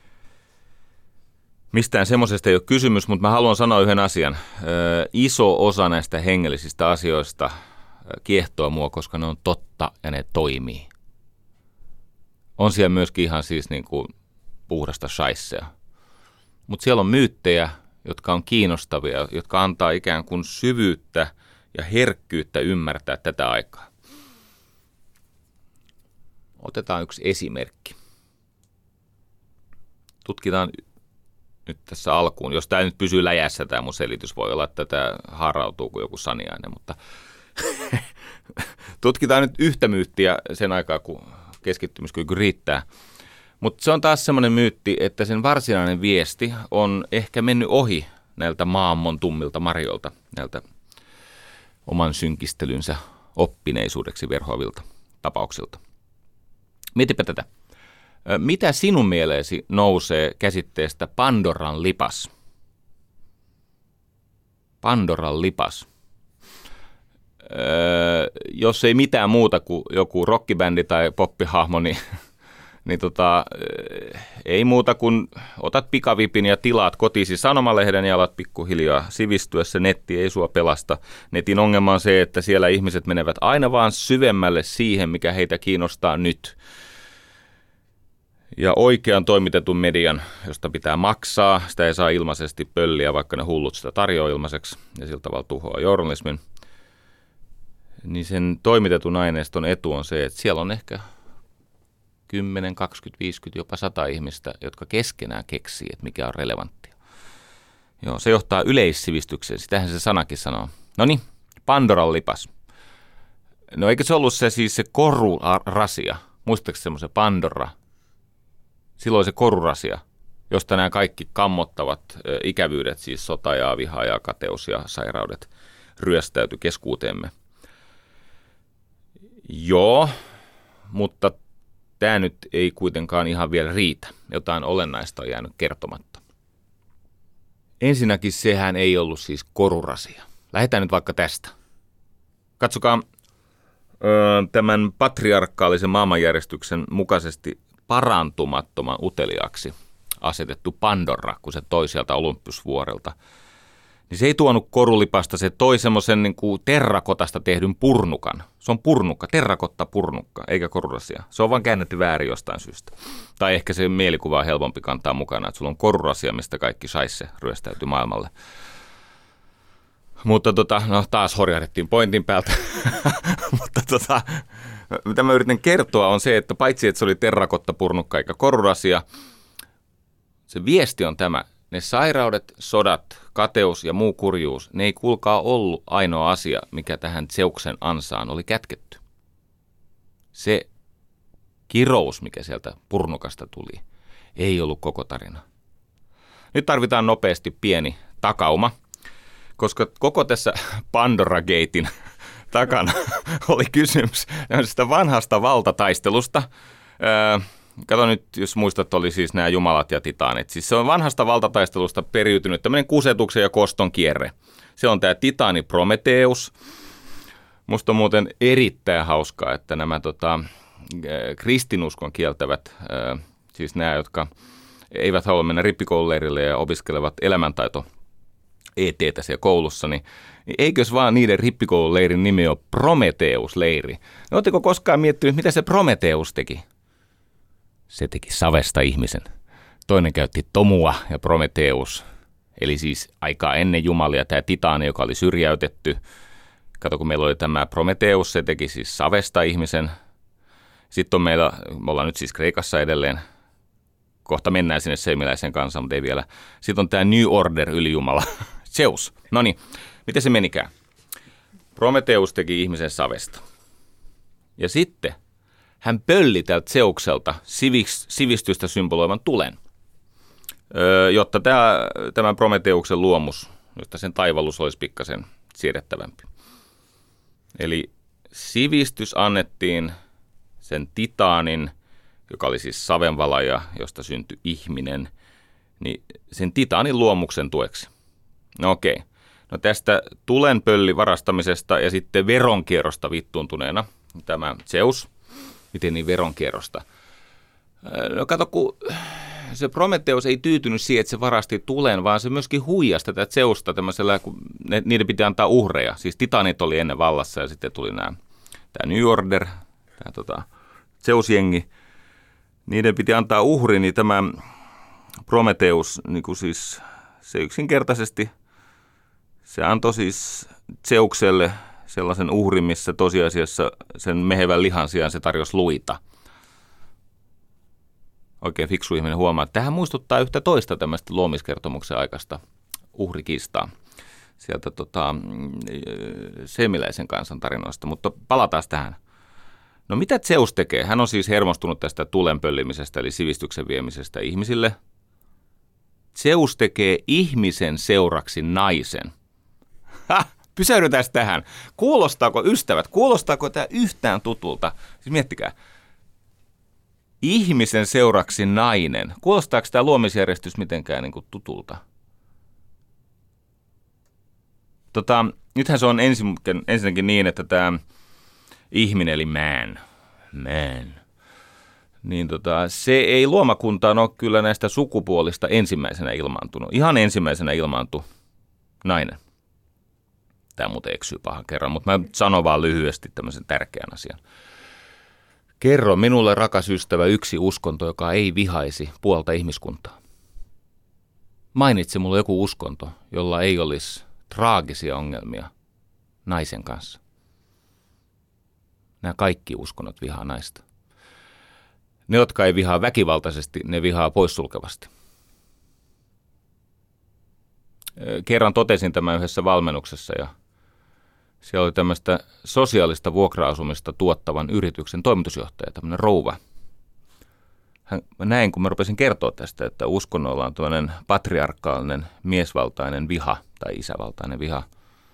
Mistään semmoisesta ei ole kysymys, mutta mä haluan sanoa yhden asian. Iso osa näistä hengellisistä asioista kiehtoo mua, koska ne on totta ja ne toimii. On siellä myöskin ihan siis niin kuin puhdasta shaissea. Mutta siellä on myyttejä, jotka on kiinnostavia, jotka antaa ikään kuin syvyyttä ja herkkyyttä ymmärtää tätä aikaa. Otetaan yksi esimerkki. Tutkitaan nyt tässä alkuun. Jos tämä nyt pysyy läjässä, tämä mun selitys voi olla, että tämä harautuu kuin joku saniainen, mutta tutkitaan nyt yhtä myyttiä sen aikaa, kun keskittymiskyky riittää. Mutta se on taas semmoinen myytti, että sen varsinainen viesti on ehkä mennyt ohi näiltä maammon tummilta marjoilta, näiltä oman synkistelynsä oppineisuudeksi verhoavilta tapauksilta. Mietipä tätä. Mitä sinun mieleesi nousee käsitteestä Pandoran lipas? Pandoran lipas. Jos ei mitään muuta kuin joku rockibändi tai poppihahmo, niin ei muuta kuin otat pikavipin ja tilaat kotisi sanomalehden ja alat pikkuhiljaa sivistyessä. Netti ei sua pelasta. Netin ongelma on se, että siellä ihmiset menevät aina vaan syvemmälle siihen, mikä heitä kiinnostaa nyt. Ja oikean toimitetun median, josta pitää maksaa, sitä ei saa ilmaisesti pölliä, vaikka ne hullut sitä tarjoaa ilmaiseksi ja sillä tavalla tuhoaa journalismin. Niin sen toimitetun aineiston etu on se, että siellä on ehkä 10, 20, 50, jopa 100 ihmistä, jotka keskenään keksii, että mikä on relevanttia. Joo, se johtaa yleissivistykseen, sitähän se sanakin sanoo. Noniin, Pandoran lipas. No eikö se ollut se korurasia? Muistatko semmoisen Pandora? Silloin se korurasia, josta nämä kaikki kammottavat ikävyydet, siis sota ja viha ja kateus ja sairaudet, ryöstäytyi keskuuteemme. Joo, mutta tämä nyt ei kuitenkaan ihan vielä riitä. Jotain olennaista on jäänyt kertomatta. Ensinnäkin sehän ei ollut siis korurasia. Lähdetään nyt vaikka tästä. Katsokaa tämän patriarkaalisen maailmanjärjestyksen mukaisesti parantumattoman uteliaaksi asetettu Pandora, kun se toi sieltä Olympusvuorelta. Niin se ei tuonut korulipasta, se toi semmoisen niin kuin terrakotasta tehdyn purnukan. Se on purnukka, terrakotta purnukka, eikä korurasia. Se on vaan käännetty väärin jostain syystä. Tai ehkä se mielikuva on helpompi kantaa mukana, että sulla on korurasia, mistä kaikki shaisse ryöstäytyi maailmalle. Mutta no taas horjahdettiin pointin päältä. Mutta mitä mä yritän kertoa on se, että paitsi että se oli terrakotta purnukka eikä korurasia, se viesti on tämä. Ne sairaudet, sodat, kateus ja muu kurjuus, ne ei kuulkaa ollut ainoa asia, mikä tähän Zeuksen ansaan oli kätketty. Se kirous, mikä sieltä purnukasta tuli, ei ollut koko tarina. Nyt tarvitaan nopeasti pieni takauma, koska koko tässä Pandora-gatein takana oli kysymys sitä vanhasta valtataistelusta. Kato nyt, jos muistat, oli siis nämä jumalat ja titaanit. Siis se on vanhasta valtataistelusta periytynyt tämmöinen kusetuksen ja koston kierre. Se on tämä titaani Prometheus. Musta on muuten erittäin hauskaa, että nämä kristinuskon kieltävät, siis nämä, jotka eivät halua mennä rippikoululeirille ja opiskelevat elämäntaito ET:tä siellä koulussa, niin eikös vaan niiden rippikoululeirin nimi ole Prometheus-leiri? No, ootteko koskaan miettinyt, mitä se Prometheus teki? Se teki savesta ihmisen. Toinen käytti tomua ja Prometheus, eli siis aikaa ennen jumalia tämä titaani, joka oli syrjäytetty. Kato, kun meillä oli tämä Prometheus, se teki siis savesta ihmisen. Sitten me ollaan nyt siis Kreikassa edelleen. Kohta mennään sinne seimiläisen kanssa, mutta ei vielä. Sitten on tämä New Order ylijumala, Zeus. No niin, miten se menikään? Prometheus teki ihmisen savesta. Ja sitten hän pölli tältä Zeukselta sivistystä symboloivan tulen, jotta tämä Prometheuksen luomus, jotta sen taivallus olisi pikkasen siedettävämpi. Eli sivistys annettiin sen titaanin, joka oli siis savenvalaja, josta syntyi ihminen, niin sen titaanin luomuksen tueksi. No okei. No tästä tulenpölli varastamisesta ja sitten veronkierrosta vittuuntuneena tämä Zeus. Miten niin veronkierrosta? No kato, kun se Prometheus ei tyytynyt siihen, että se varasti tulen, vaan se myöskin huijasi tätä Zeusta tämmöisellä, kun niiden piti antaa uhreja. Siis titaanit oli ennen vallassa ja sitten tuli tämä New Order, tämä Zeus-jengi. Niiden piti antaa uhri, niin tämä Prometheus, niin kuin siis se yksinkertaisesti, se antoi siis Zeukselle sellaisen uhrin, missä tosiasiassa sen mehevän lihan sijaan se tarjosi luita. Oikein fiksu ihminen huomaa, että tähän muistuttaa yhtä toista tämmöistä luomiskertomuksen aikaista uhrikistaa sieltä seemiläisen kansan tarinoista, mutta palataan tähän. No mitä Zeus tekee? Hän on siis hermostunut tästä tulenpöllimisestä eli sivistyksen viemisestä ihmisille. Zeus tekee ihmisen seuraksi naisen. Pysähdytään tähän. Kuulostaako tämä yhtään tutulta? Siis miettikää. Ihmisen seuraksi nainen. Kuulostaako tämä luomisjärjestys mitenkään niin kuin tutulta? Nythän se on ensinnäkin niin, että tämä ihminen eli man, niin se ei luomakuntaan ole kyllä näistä sukupuolista ensimmäisenä ilmaantunut. Ihan ensimmäisenä ilmaantui nainen. Tämä muuten eksyy pahan kerran, mutta mä sanon vaan lyhyesti tämmöisen tärkeän asian. Kerro minulle, rakas ystävä, yksi uskonto, joka ei vihaisi puolta ihmiskuntaa. Mainitse mulle joku uskonto, jolla ei olisi traagisia ongelmia naisen kanssa. Nämä kaikki uskonnot vihaa naista. Ne, jotka ei vihaa väkivaltaisesti, ne vihaa poissulkevasti. Kerran totesin tämän yhdessä valmennuksessa ja siellä oli tämmöistä sosiaalista vuokra-asumista tuottavan yrityksen toimitusjohtaja, tämmöinen rouva. Mä näin, kun mä rupesin kertoa tästä, että uskonnolla on tämmöinen patriarkaalinen miesvaltainen viha tai isävaltainen viha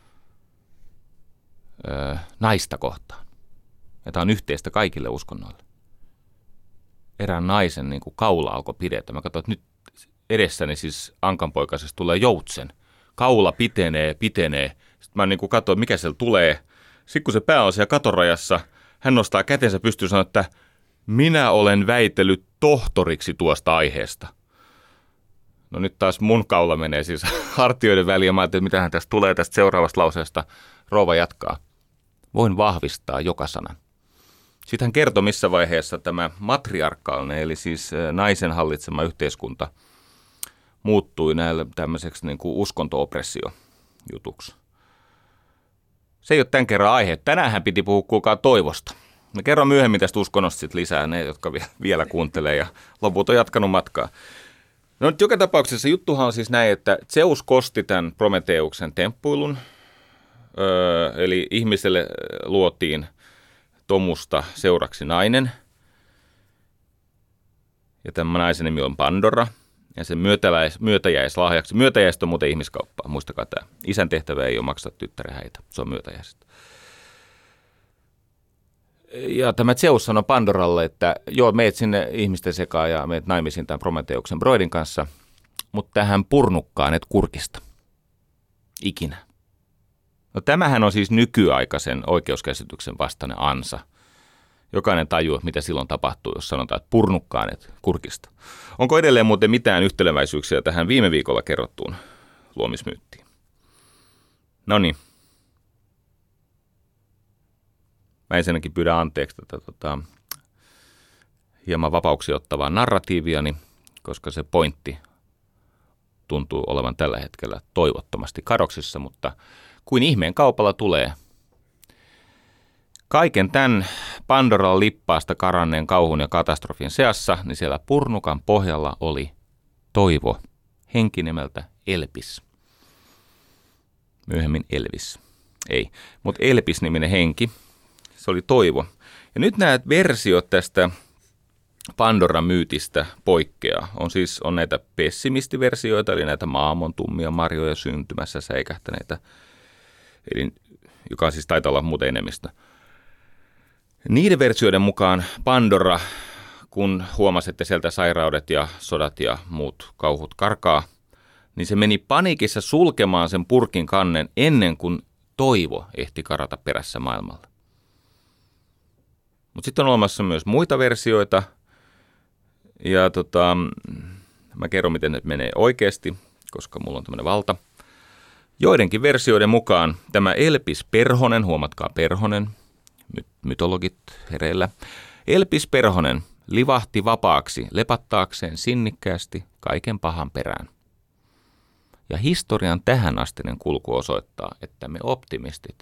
naista kohtaan. Ja tämä on yhteistä kaikille uskonnoille. Erään naisen niin kuin kaula alkoi pidetä. Mä katsoin, että nyt edessäni siis ankanpoikaisesta tulee joutsen. Kaula pitenee. Sitten mä niin kuin katsoin, mikä siellä tulee. Sitten kun se pää on siellä katorajassa, hän nostaa kätensä pystyyn ja sanoo, että minä olen väitellyt tohtoriksi tuosta aiheesta. No nyt taas mun kaula menee siis hartioiden väliin ja mä ajattelin, että mitähän tästä tulee tästä seuraavasta lauseesta. Rouva jatkaa. Voin vahvistaa joka sanan. Sitten hän kertoi, missä vaiheessa tämä matriarkaalinen, eli siis naisen hallitsema yhteiskunta muuttui näille tämmöiseksi niin kuin uskonto-oppressio-jutuksi. Se ei ole tämän kerran aihe. Tänään hän piti puhua kuulkaa toivosta. Me kerron myöhemmin tästä uskonnosta sit lisää, ne jotka vielä kuuntelee ja loput on jatkanut matkaa. No nyt joka tapauksessa juttuhan on siis näin, että Zeus kosti tämän Prometheuksen temppuilun, eli ihmiselle luotiin tomusta seuraksi nainen. Ja tämä naisen nimi on Pandora. Ja sen myötäjäislahjaksi. Myötäjäiset on muuten ihmiskauppaa, muistakaa tämä. Isän tehtävä ei ole maksaa tyttären häitä, se on myötäjäiset. Ja tämä Zeus sanoi Pandoralle, että joo, meet sinne ihmisten sekaan ja meet naimisiin tämän Prometheuksen broidin kanssa, mutta tähän purnukkaan et kurkista. Ikinä. No tämähän on siis nykyaikaisen oikeuskäsityksen vastainen ansa. Jokainen tajuu, mitä silloin tapahtuu, jos sanotaan, että purnukkaan et kurkista. Onko edelleen muuten mitään yhteleväisyyksiä tähän viime viikolla kerrottuun luomismyyttiin? No niin. Mä ensinnäkin pyydän anteeksi tätä hieman vapauksia ottavaa narratiiviani, koska se pointti tuntuu olevan tällä hetkellä toivottomasti kadoksissa, mutta kuin ihmeen kaupalla tulee. Kaiken tämän Pandoran lippaasta karanneen kauhun ja katastrofin seassa, niin siellä purnukan pohjalla oli toivo, henki nimeltä Elpis. Myöhemmin Elvis. Ei, mutta Elpis-niminen henki, se oli toivo. Ja nyt nämä versiot tästä Pandoran myytistä poikkeaa. On näitä pessimistiversioita, eli näitä maamon tummia marjoja syntymässä säikähtäneitä, eli, joka siis taitaa olla muuten enemmistö. Niiden versioiden mukaan Pandora, kun huomasi, että sieltä sairaudet ja sodat ja muut kauhut karkaa, niin se meni paniikissa sulkemaan sen purkin kannen ennen kuin toivo ehti karata perässä maailmalla. Mutta sitten on olemassa myös muita versioita, ja mä kerron, miten ne menee oikeasti, koska mulla on tämmöinen valta. Joidenkin versioiden mukaan tämä Elpis Perhonen, huomatkaa Perhonen, mytologit hereillä. Elpis Perhonen livahti vapaaksi lepattaakseen sinnikkäästi kaiken pahan perään. Ja historian tähänastinen kulku osoittaa, että me optimistit,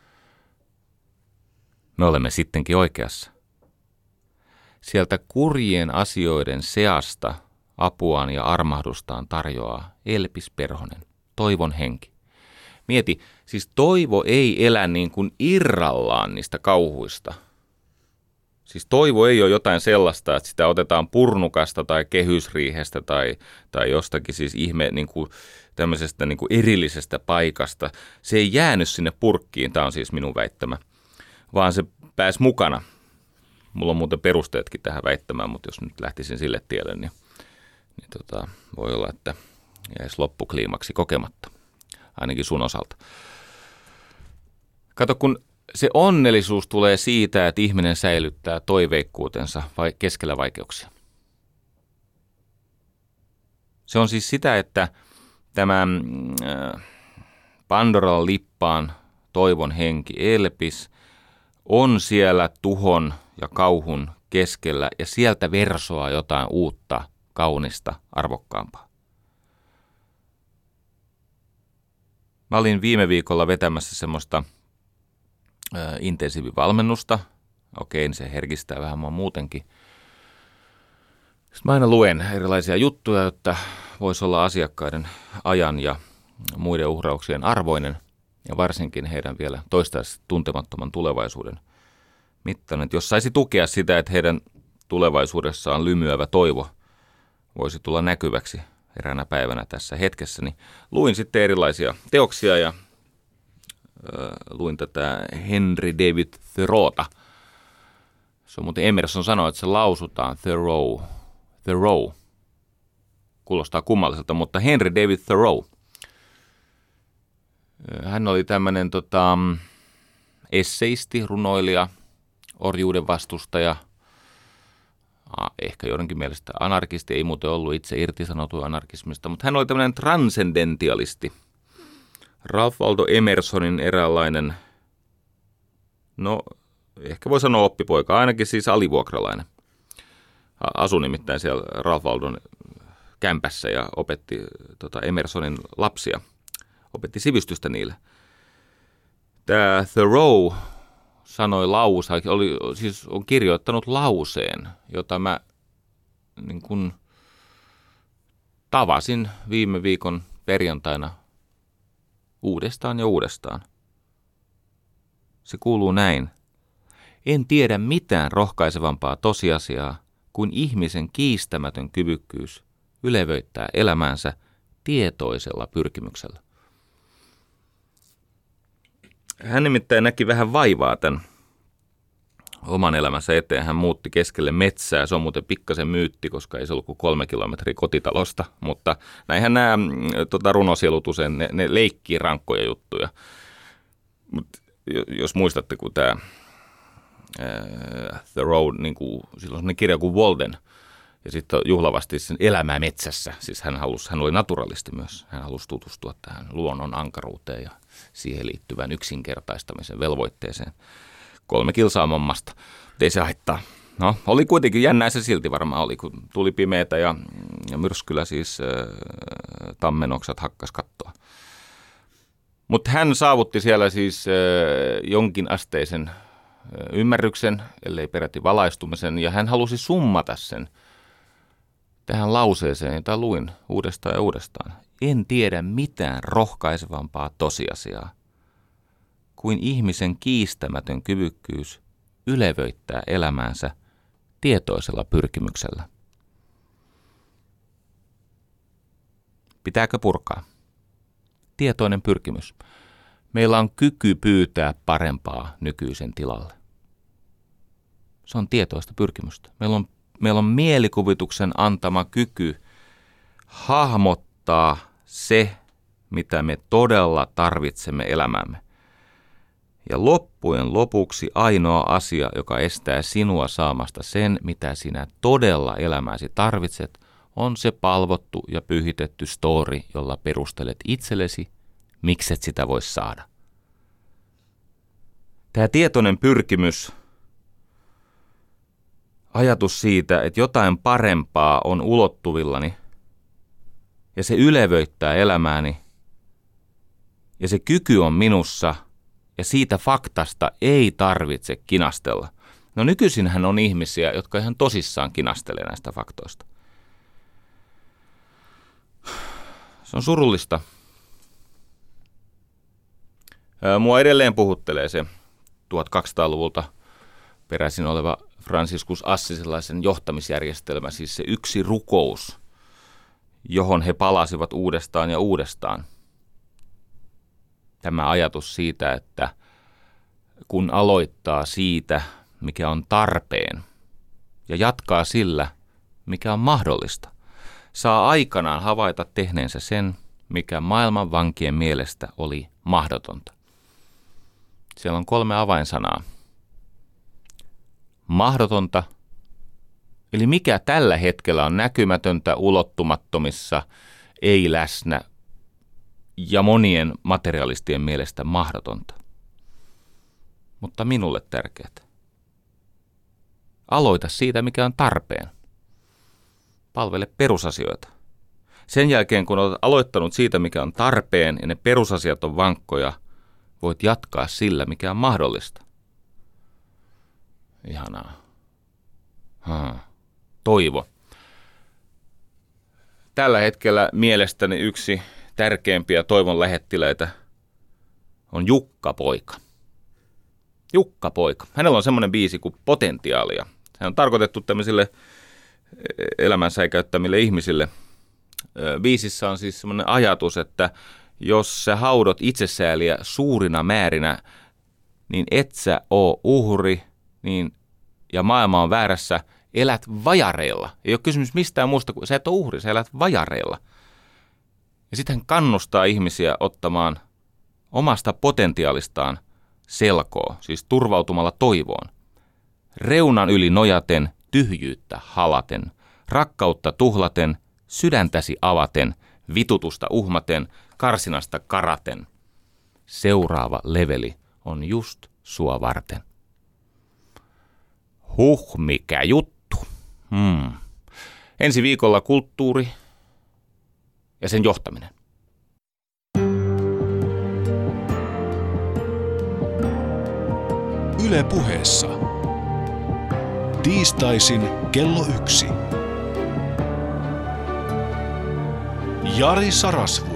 me olemme sittenkin oikeassa. Sieltä kurjien asioiden seasta apuaan ja armahdustaan tarjoaa Elpis Perhonen, toivon henki. Mieti, siis toivo ei elä niin kuin irrallaan niistä kauhuista, Siis toivo ei ole jotain sellaista, että sitä otetaan purnukasta tai kehysriihestä tai jostakin siis ihme niin kuin tämmöisestä niin kuin erillisestä paikasta. Se ei jäänyt sinne purkkiin, tämä on siis minun väittämä, vaan se pääsi mukana. Mulla on muuten perusteetkin tähän väittämään, mutta jos nyt lähtisin sille tielle, niin voi olla, että jäisi loppukliimaksi kokematta, ainakin sun osalta. Kato, kun se onnellisuus tulee siitä, että ihminen säilyttää toiveikkuutensa keskellä vaikeuksia. Se on siis sitä, että tämä Pandoran lippaan toivon henki Elpis on siellä tuhon ja kauhun keskellä ja sieltä versoaa jotain uutta, kaunista, arvokkaampaa. Mä olin viime viikolla vetämässä semmoista intensiivivalmennusta. Okei, niin se herkistää vähän mua muutenkin. Sitten mä aina luen erilaisia juttuja, jotta voisi olla asiakkaiden ajan ja muiden uhrauksien arvoinen ja varsinkin heidän vielä toistaiseksi tuntemattoman tulevaisuuden mittainen. Jos saisi tukea sitä, että heidän tulevaisuudessaan lymyävä toivo voisi tulla näkyväksi eräänä päivänä tässä hetkessä, niin luin sitten erilaisia teoksia ja luin tätä Henry David Thoreauta. Se on muuten Emerson sanoi, että se lausutaan Thoreau. Kuulostaa kummalliselta, mutta Henry David Thoreau. Hän oli tämmöinen esseisti, runoilija, orjuuden vastustaja, ehkä joidenkin mielestä anarkisti, ei muuten ollut itse irtisanotu anarkismista, mutta hän oli tämmöinen transcendentialisti. Ralph Waldo Emersonin eräänlainen, no ehkä voi sanoa oppipoika, ainakin siis alivuokralainen. Asui nimittäin siellä Ralph Waldon kämpässä ja opetti Emersonin lapsia, opetti sivistystä niille. Tämä Thoreau sanoi on kirjoittanut lauseen, jota mä niin kun tavasin viime viikon perjantaina uudestaan ja uudestaan. Se kuuluu näin. En tiedä mitään rohkaisevampaa tosiasiaa kuin ihmisen kiistämätön kyvykkyys ylevöittää elämäänsä tietoisella pyrkimyksellä. Hän nimittäin näki vähän vaivaa tämän oman elämänsä eteen. Hän muutti keskelle metsää. Se on muuten pikkasen myytti, koska ei se ollut kuin 3 kilometriä kotitalosta. Mutta näinhän nämä runosielut usein, ne leikkii rankkoja juttuja. Mut jos muistatte, kun tämä Thoreau, niin silloin sellainen kirja kuin Walden, ja sitten juhlavasti sen elämää metsässä. Siis hän oli naturalisti myös. Hän halusi tutustua tähän luonnon ankaruuteen ja siihen liittyvään yksinkertaistamisen velvoitteeseen. 3 kilsaa mammasta, mutta ei se haittaa. No, oli kuitenkin jännää se silti varmaan oli, kun tuli pimeätä ja myrskyllä siis tammenoksat hakkas kattoa. Mutta hän saavutti siellä siis jonkin asteisen ymmärryksen, ellei peräti valaistumisen, ja hän halusi summata sen tähän lauseeseen, jota luin uudestaan ja uudestaan. En tiedä mitään rohkaisevampaa tosiasiaa kuin ihmisen kiistämätön kyvykkyys ylevöittää elämäänsä tietoisella pyrkimyksellä. Pitääkö purkaa? Tietoinen pyrkimys. Meillä on kyky pyytää parempaa nykyisen tilalle. Se on tietoista pyrkimystä. Meillä on mielikuvituksen antama kyky hahmottaa se, mitä me todella tarvitsemme elämäämme. Ja loppujen lopuksi ainoa asia, joka estää sinua saamasta sen, mitä sinä todella elämääsi tarvitset, on se palvottu ja pyhitetty story, jolla perustelet itsellesi, mikset sitä voisi saada. Tämä tietoinen pyrkimys, ajatus siitä, että jotain parempaa on ulottuvillani ja se ylevöittää elämääni ja se kyky on minussa ja siitä faktasta ei tarvitse kinastella. No nykyisinhän on ihmisiä, jotka ihan tosissaan kinastelee näistä faktoista. Se on surullista. Mua edelleen puhuttelee se 1200-luvulta peräisin oleva Franciscus Assisilaisen johtamisjärjestelmä, siis se yksi rukous, johon he palasivat uudestaan ja uudestaan. Tämä ajatus siitä, että kun aloittaa siitä, mikä on tarpeen, ja jatkaa sillä, mikä on mahdollista, saa aikanaan havaita tehneensä sen, mikä maailman vankien mielestä oli mahdotonta. Siellä on 3 avainsanaa. Mahdotonta, eli mikä tällä hetkellä on näkymätöntä, ulottumattomissa, ei läsnä ja monien materialistien mielestä mahdotonta. Mutta minulle tärkeää. Aloita siitä, mikä on tarpeen. Palvele perusasioita. Sen jälkeen, kun olet aloittanut siitä, mikä on tarpeen ja ne perusasiat on vankkoja, voit jatkaa sillä, mikä on mahdollista. Ihanaa. Toivo. Tällä hetkellä mielestäni yksi tärkeimpiä toivon lähettiläitä on Jukka-poika. Jukka-poika. Hänellä on semmoinen biisi kuin Potentiaalia. Se on tarkoitettu tämmöisille elämänsäikäyttämille ihmisille. Biisissä on siis semmoinen ajatus, että jos sä haudot itsesääliä suurina määrinä, niin et sä oo uhri, niin, ja maailma on väärässä, elät vajareilla. Ei ole kysymys mistään muusta kuin sä et ole uhri, sä elät vajareilla. Ja sitten hän kannustaa ihmisiä ottamaan omasta potentiaalistaan selkoa, siis turvautumalla toivoon. Reunan yli nojaten, tyhjyyttä halaten, rakkautta tuhlaten, sydäntäsi avaten, vitutusta uhmaten, karsinasta karaten. Seuraava leveli on just sua varten. Mikä juttu. Ensi viikolla kulttuuri ja sen johtaminen. Yle Puheessa. Tiistaisin kello 1. Jari Sarasvuo.